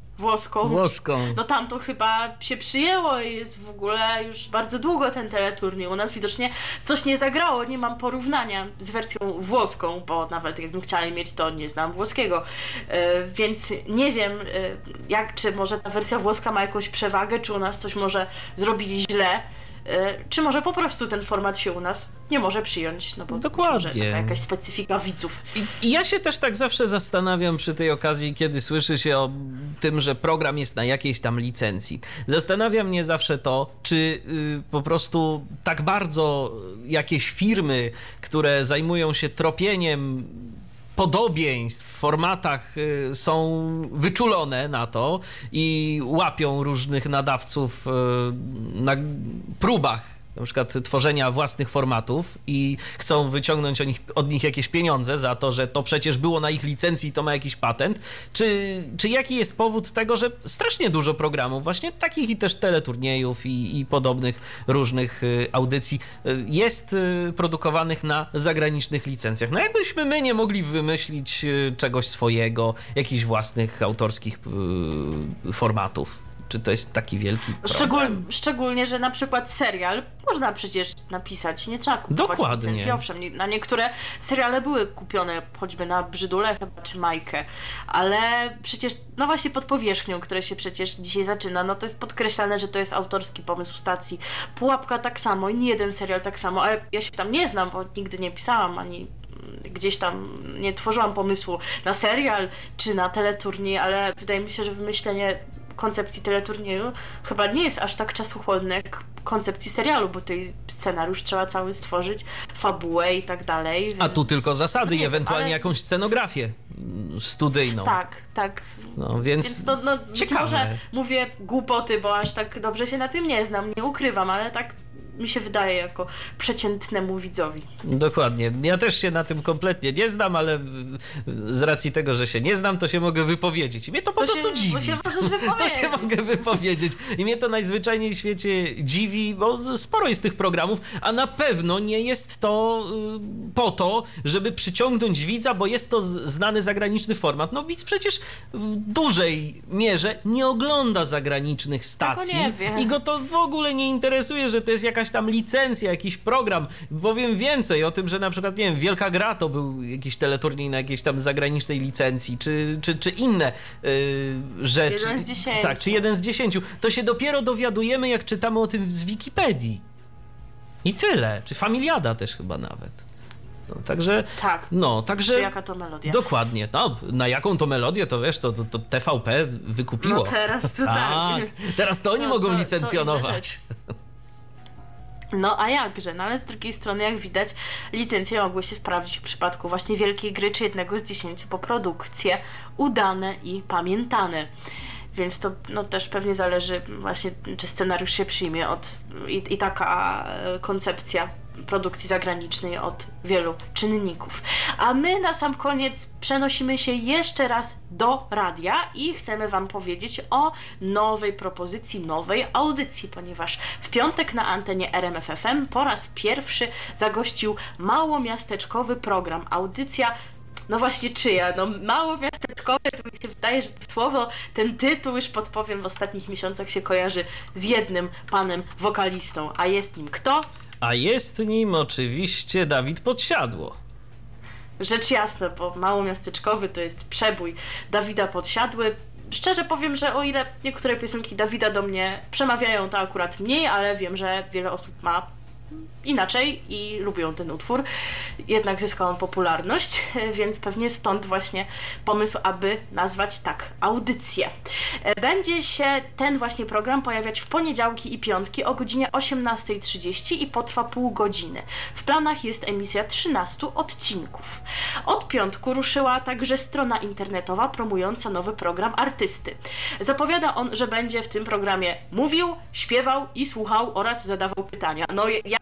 Włoską. No tam to chyba się przyjęło i jest w ogóle już bardzo długo ten teleturniej. U nas widocznie coś nie zagrało, nie mam porównania z wersją włoską, bo nawet jakbym chciała mieć, to nie znam włoskiego. Więc nie wiem, czy może ta wersja włoska ma jakąś przewagę, czy u nas coś może zrobili źle, czy może po prostu ten format się u nas nie może przyjąć, no bo może taka jakaś specyfika widzów. I ja się też tak zawsze zastanawiam przy tej okazji, kiedy słyszy się o tym, że program jest na jakiejś tam licencji. Zastanawia mnie zawsze to, czy po prostu tak bardzo jakieś firmy, które zajmują się tropieniem podobieństw w formatach są wyczulone na to i łapią różnych nadawców na próbach na przykład tworzenia własnych formatów i chcą wyciągnąć od nich jakieś pieniądze za to, że to przecież było na ich licencji i to ma jakiś patent. Czy jaki jest powód tego, że strasznie dużo programów, właśnie takich i też teleturniejów i podobnych różnych audycji jest produkowanych na zagranicznych licencjach? No jakbyśmy my nie mogli wymyślić czegoś swojego, jakichś własnych autorskich formatów? Czy to jest taki wielki problem? Szczególnie, że na przykład serial można przecież napisać, nie trzeba kupować licencji. Owszem, na niektóre seriale były kupione, choćby na Brzydule chyba, czy Majkę, ale przecież, no właśnie pod powierzchnią, które się przecież dzisiaj zaczyna, no to jest podkreślane, że to jest autorski pomysł stacji. Pułapka tak samo i nie jeden serial tak samo, ale ja się tam nie znam, bo nigdy nie pisałam, ani gdzieś tam nie tworzyłam pomysłu na serial, czy na teleturniej, ale wydaje mi się, że wymyślenie koncepcji teleturnieju chyba nie jest aż tak czasochłonne jak koncepcji serialu, bo tutaj scenariusz trzeba cały stworzyć, fabułę i tak dalej. Więc... A tu tylko zasady i ewentualnie jakąś scenografię studyjną. Tak. No, więc to, być może mówię głupoty, bo aż tak dobrze się na tym nie znam, nie ukrywam, ale tak mi się wydaje jako przeciętnemu widzowi. Dokładnie. Ja też się na tym kompletnie nie znam, ale z racji tego, że się nie znam, to się mogę wypowiedzieć. I mnie to po prostu dziwi. Bo się możesz wypowiedzieć. To się mogę wypowiedzieć. I mnie to najzwyczajniej w świecie dziwi, bo sporo jest tych programów, a na pewno nie jest to po to, żeby przyciągnąć widza, bo jest to znany zagraniczny format. No widz przecież w dużej mierze nie ogląda zagranicznych stacji i go to w ogóle nie interesuje, że to jest jakaś tam licencja, jakiś program. Powiem więcej o tym, że na przykład, nie wiem, Wielka Gra to był jakiś teleturniej na jakiejś tam zagranicznej licencji, czy inne rzeczy. 1 z 10. Tak, czy 1 z 10. To się dopiero dowiadujemy, jak czytamy o tym z Wikipedii. I tyle. Czy Familiada też chyba nawet. No, także... Tak. No, także... Czy jaka to melodia? Dokładnie. No, na jaką to melodię, to wiesz, to TVP wykupiło. No teraz to tak. Teraz to oni mogą licencjonować. No a jakże, no ale z drugiej strony, jak widać, licencje mogły się sprawdzić w przypadku właśnie Wielkiej Gry, czy 1 z 10, bo produkcje udane i pamiętane. Więc to też pewnie zależy właśnie, czy scenariusz się przyjmie i taka koncepcja produkcji zagranicznej od wielu czynników. A my na sam koniec przenosimy się jeszcze raz do radia i chcemy Wam powiedzieć o nowej propozycji, nowej audycji, ponieważ w piątek na antenie RMF FM po raz pierwszy zagościł małomiasteczkowy program. Audycja, no właśnie czyja? No małomiasteczkowe, to mi się wydaje, że to słowo, ten tytuł, już podpowiem, w ostatnich miesiącach się kojarzy z jednym panem wokalistą. A jest nim kto? A jest nim oczywiście Dawid Podsiadło. Rzecz jasna, bo małomiasteczkowy to jest przebój Dawida Podsiadły. Szczerze powiem, że o ile niektóre piosenki Dawida do mnie przemawiają, to akurat mniej, ale wiem, że wiele osób ma inaczej i lubią ten utwór. Jednak zyskał on popularność, więc pewnie stąd właśnie pomysł, aby nazwać tak audycję. Będzie się ten właśnie program pojawiać w poniedziałki i piątki o godzinie 18:30 i potrwa pół godziny. W planach jest emisja 13 odcinków. Od piątku ruszyła także strona internetowa promująca nowy program artysty. Zapowiada on, że będzie w tym programie mówił, śpiewał i słuchał oraz zadawał pytania. No ja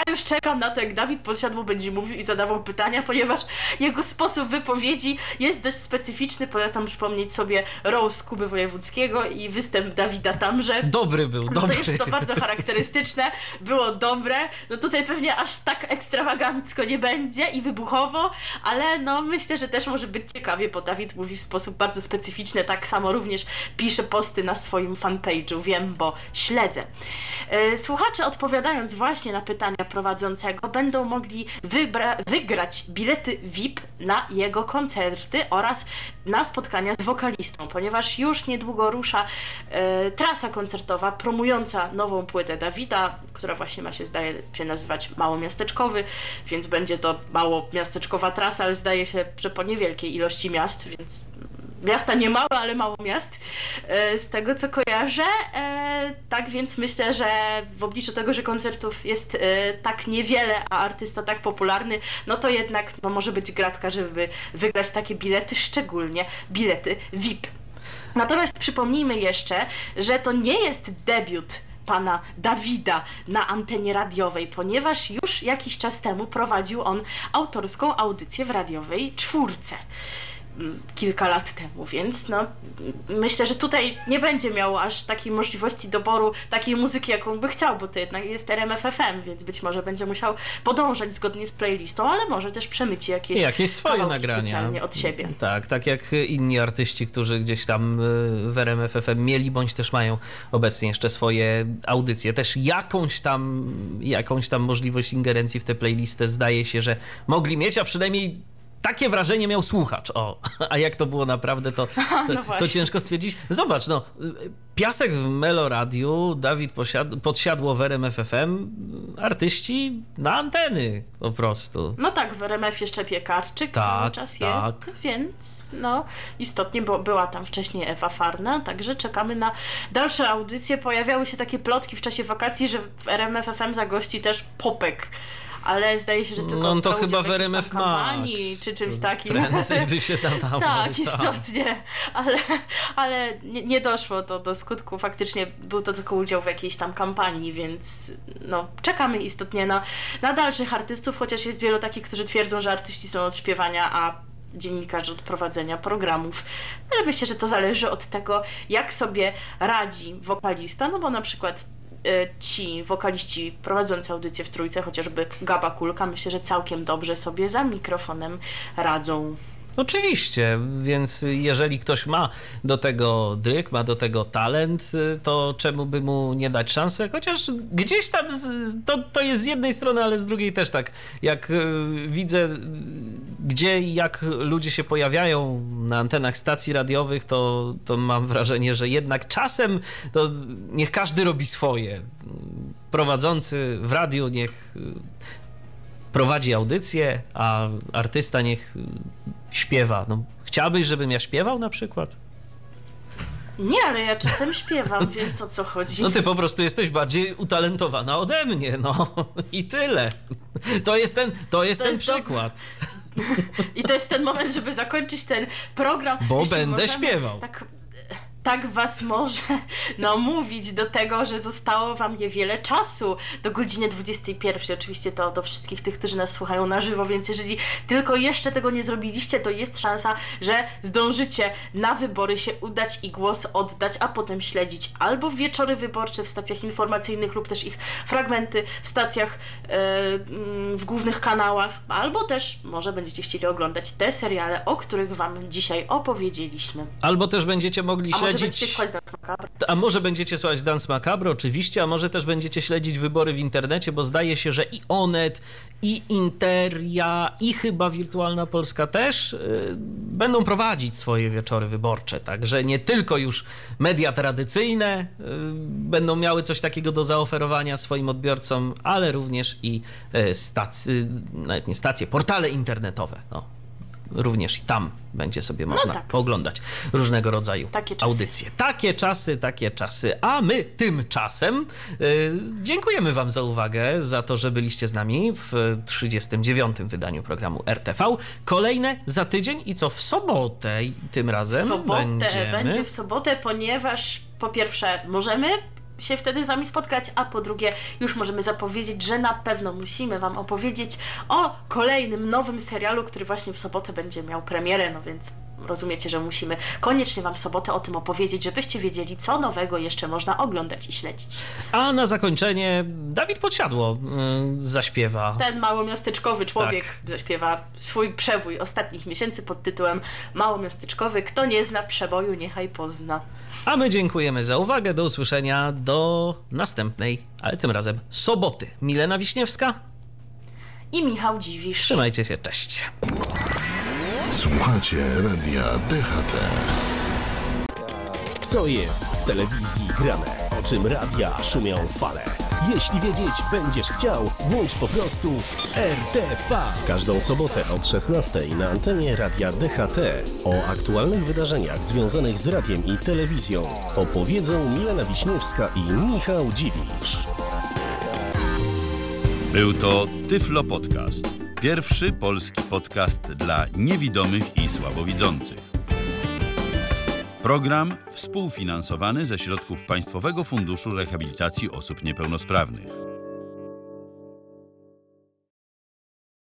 już czekam na to, jak Dawid Podsiadło będzie mówił i zadawał pytania, ponieważ jego sposób wypowiedzi jest dość specyficzny. Polecam przypomnieć sobie roast Kuby Wojewódzkiego i występ Dawida Tamże. Dobry był, No dobry. to jest to bardzo charakterystyczne, było dobre. No tutaj pewnie aż tak ekstrawagancko nie będzie i wybuchowo, ale no myślę, że też może być ciekawie, bo Dawid mówi w sposób bardzo specyficzny, tak samo również pisze posty na swoim fanpage'u, wiem, bo śledzę. Słuchacze, odpowiadając właśnie na pytania prowadzącego, będą mogli wygrać bilety VIP na jego koncerty oraz na spotkania z wokalistą, ponieważ już niedługo rusza trasa koncertowa promująca nową płytę Dawida, która właśnie ma się, zdaje się nazywać Małomiasteczkowy, więc będzie to małomiasteczkowa trasa, ale zdaje się, że po niewielkiej ilości miast, więc miasta nie małe, ale mało miast, z tego co kojarzę. Tak więc myślę, że w obliczu tego, że koncertów jest tak niewiele, a artysta tak popularny, no to jednak może być gratka, żeby wygrać takie bilety, szczególnie bilety VIP. Natomiast przypomnijmy jeszcze, że to nie jest debiut pana Dawida na antenie radiowej, ponieważ już jakiś czas temu prowadził on autorską audycję w radiowej Czwórce. Kilka lat temu, więc no myślę, że tutaj nie będzie miał aż takiej możliwości doboru takiej muzyki, jaką by chciał, bo to jednak jest RMF FM, więc być może będzie musiał podążać zgodnie z playlistą, ale może też przemyci jakieś swoje nagrania specjalnie od siebie. Tak jak inni artyści, którzy gdzieś tam w RMF FM mieli, bądź też mają obecnie jeszcze swoje audycje. Też jakąś tam możliwość ingerencji w tę playlistę zdaje się, że mogli mieć, a przynajmniej takie wrażenie miał słuchacz. A jak to było naprawdę, to ciężko stwierdzić. Zobacz, Piasek w Meloradiu, Dawid Podsiadło w RMF FM, artyści na anteny po prostu. No tak, w RMF jeszcze Piekarczyk cały czas jest, więc istotnie, bo była tam wcześniej Ewa Farna, także czekamy na dalsze audycje. Pojawiały się takie plotki w czasie wakacji, że w RMF FM zagości też Popek. Ale zdaje się, że tylko to chyba w RMF kampanii czy czymś takim. Prędzej by się tam dawał. Tak, istotnie, ale nie doszło to do skutku. Faktycznie był to tylko udział w jakiejś tam kampanii, więc czekamy istotnie na dalszych artystów, chociaż jest wielu takich, którzy twierdzą, że artyści są od śpiewania, a dziennikarze od prowadzenia programów. Ale myślę, że to zależy od tego, jak sobie radzi wokalista, bo na przykład ci wokaliści prowadzący audycję w Trójce, chociażby Gaba Kulka, myślę, że całkiem dobrze sobie za mikrofonem radzą. Oczywiście, więc jeżeli ktoś ma do tego dryk, ma do tego talent, to czemu by mu nie dać szansę? Chociaż gdzieś tam to jest z jednej strony, ale z drugiej też tak. Jak widzę, gdzie i jak ludzie się pojawiają na antenach stacji radiowych, to mam wrażenie, że jednak czasem to niech każdy robi swoje. Prowadzący w radiu niech prowadzi audycję, a artysta niech śpiewa. Chciałabyś, żebym ja śpiewał na przykład? Nie, ale ja czasem śpiewam, więc o co chodzi? Ty po prostu jesteś bardziej utalentowana ode mnie, i tyle. To jest ten przykład. I to jest ten moment, żeby zakończyć ten program. Bo jeszcze będę śpiewał. Tak was może namówić do tego, że zostało wam niewiele czasu do godziny 21. Oczywiście to do wszystkich tych, którzy nas słuchają na żywo, więc jeżeli tylko jeszcze tego nie zrobiliście, to jest szansa, że zdążycie na wybory się udać i głos oddać, a potem śledzić albo wieczory wyborcze w stacjach informacyjnych lub też ich fragmenty w stacjach w głównych kanałach, albo też może będziecie chcieli oglądać te seriale, o których wam dzisiaj opowiedzieliśmy. Albo też będziecie mogli śledzić... A może będziecie słuchać Dance Macabre, oczywiście, a może też będziecie śledzić wybory w internecie, bo zdaje się, że i Onet, i Interia, i chyba Wirtualna Polska też będą prowadzić swoje wieczory wyborcze, także nie tylko już media tradycyjne będą miały coś takiego do zaoferowania swoim odbiorcom, ale również i nawet nie stacje, portale internetowe, również i tam będzie sobie można pooglądać różnego rodzaju audycje. Takie czasy. A my tymczasem dziękujemy wam za uwagę, za to, że byliście z nami w 39. wydaniu programu RTV. Kolejne za tydzień i co w sobotę tym razem będzie w sobotę, ponieważ po pierwsze możemy się wtedy z Wami spotkać, a po drugie już możemy zapowiedzieć, że na pewno musimy Wam opowiedzieć o kolejnym nowym serialu, który właśnie w sobotę będzie miał premierę, no więc rozumiecie, że musimy koniecznie Wam w sobotę o tym opowiedzieć, żebyście wiedzieli, co nowego jeszcze można oglądać i śledzić. A na zakończenie Dawid Podsiadło zaśpiewa. Ten małomiasteczkowy człowiek zaśpiewa swój przebój ostatnich miesięcy pod tytułem Małomiasteczkowy. Kto nie zna przeboju, niechaj pozna. A my dziękujemy za uwagę. Do usłyszenia do następnej, ale tym razem soboty. Milena Wiśniewska I Michał Dziwisz. Trzymajcie się, cześć. Słuchacie Radia DHT. Co jest w telewizji grane? O czym radia szumią fale? Jeśli wiedzieć będziesz chciał, włącz po prostu RTV. W każdą sobotę od 16 na antenie Radia DHT. O aktualnych wydarzeniach związanych z radiem i telewizją opowiedzą Milena Wiśniewska i Michał Dziwisz. Był to Tyflo Podcast. Pierwszy polski podcast dla niewidomych i słabowidzących. Program współfinansowany ze środków Państwowego Funduszu Rehabilitacji Osób Niepełnosprawnych.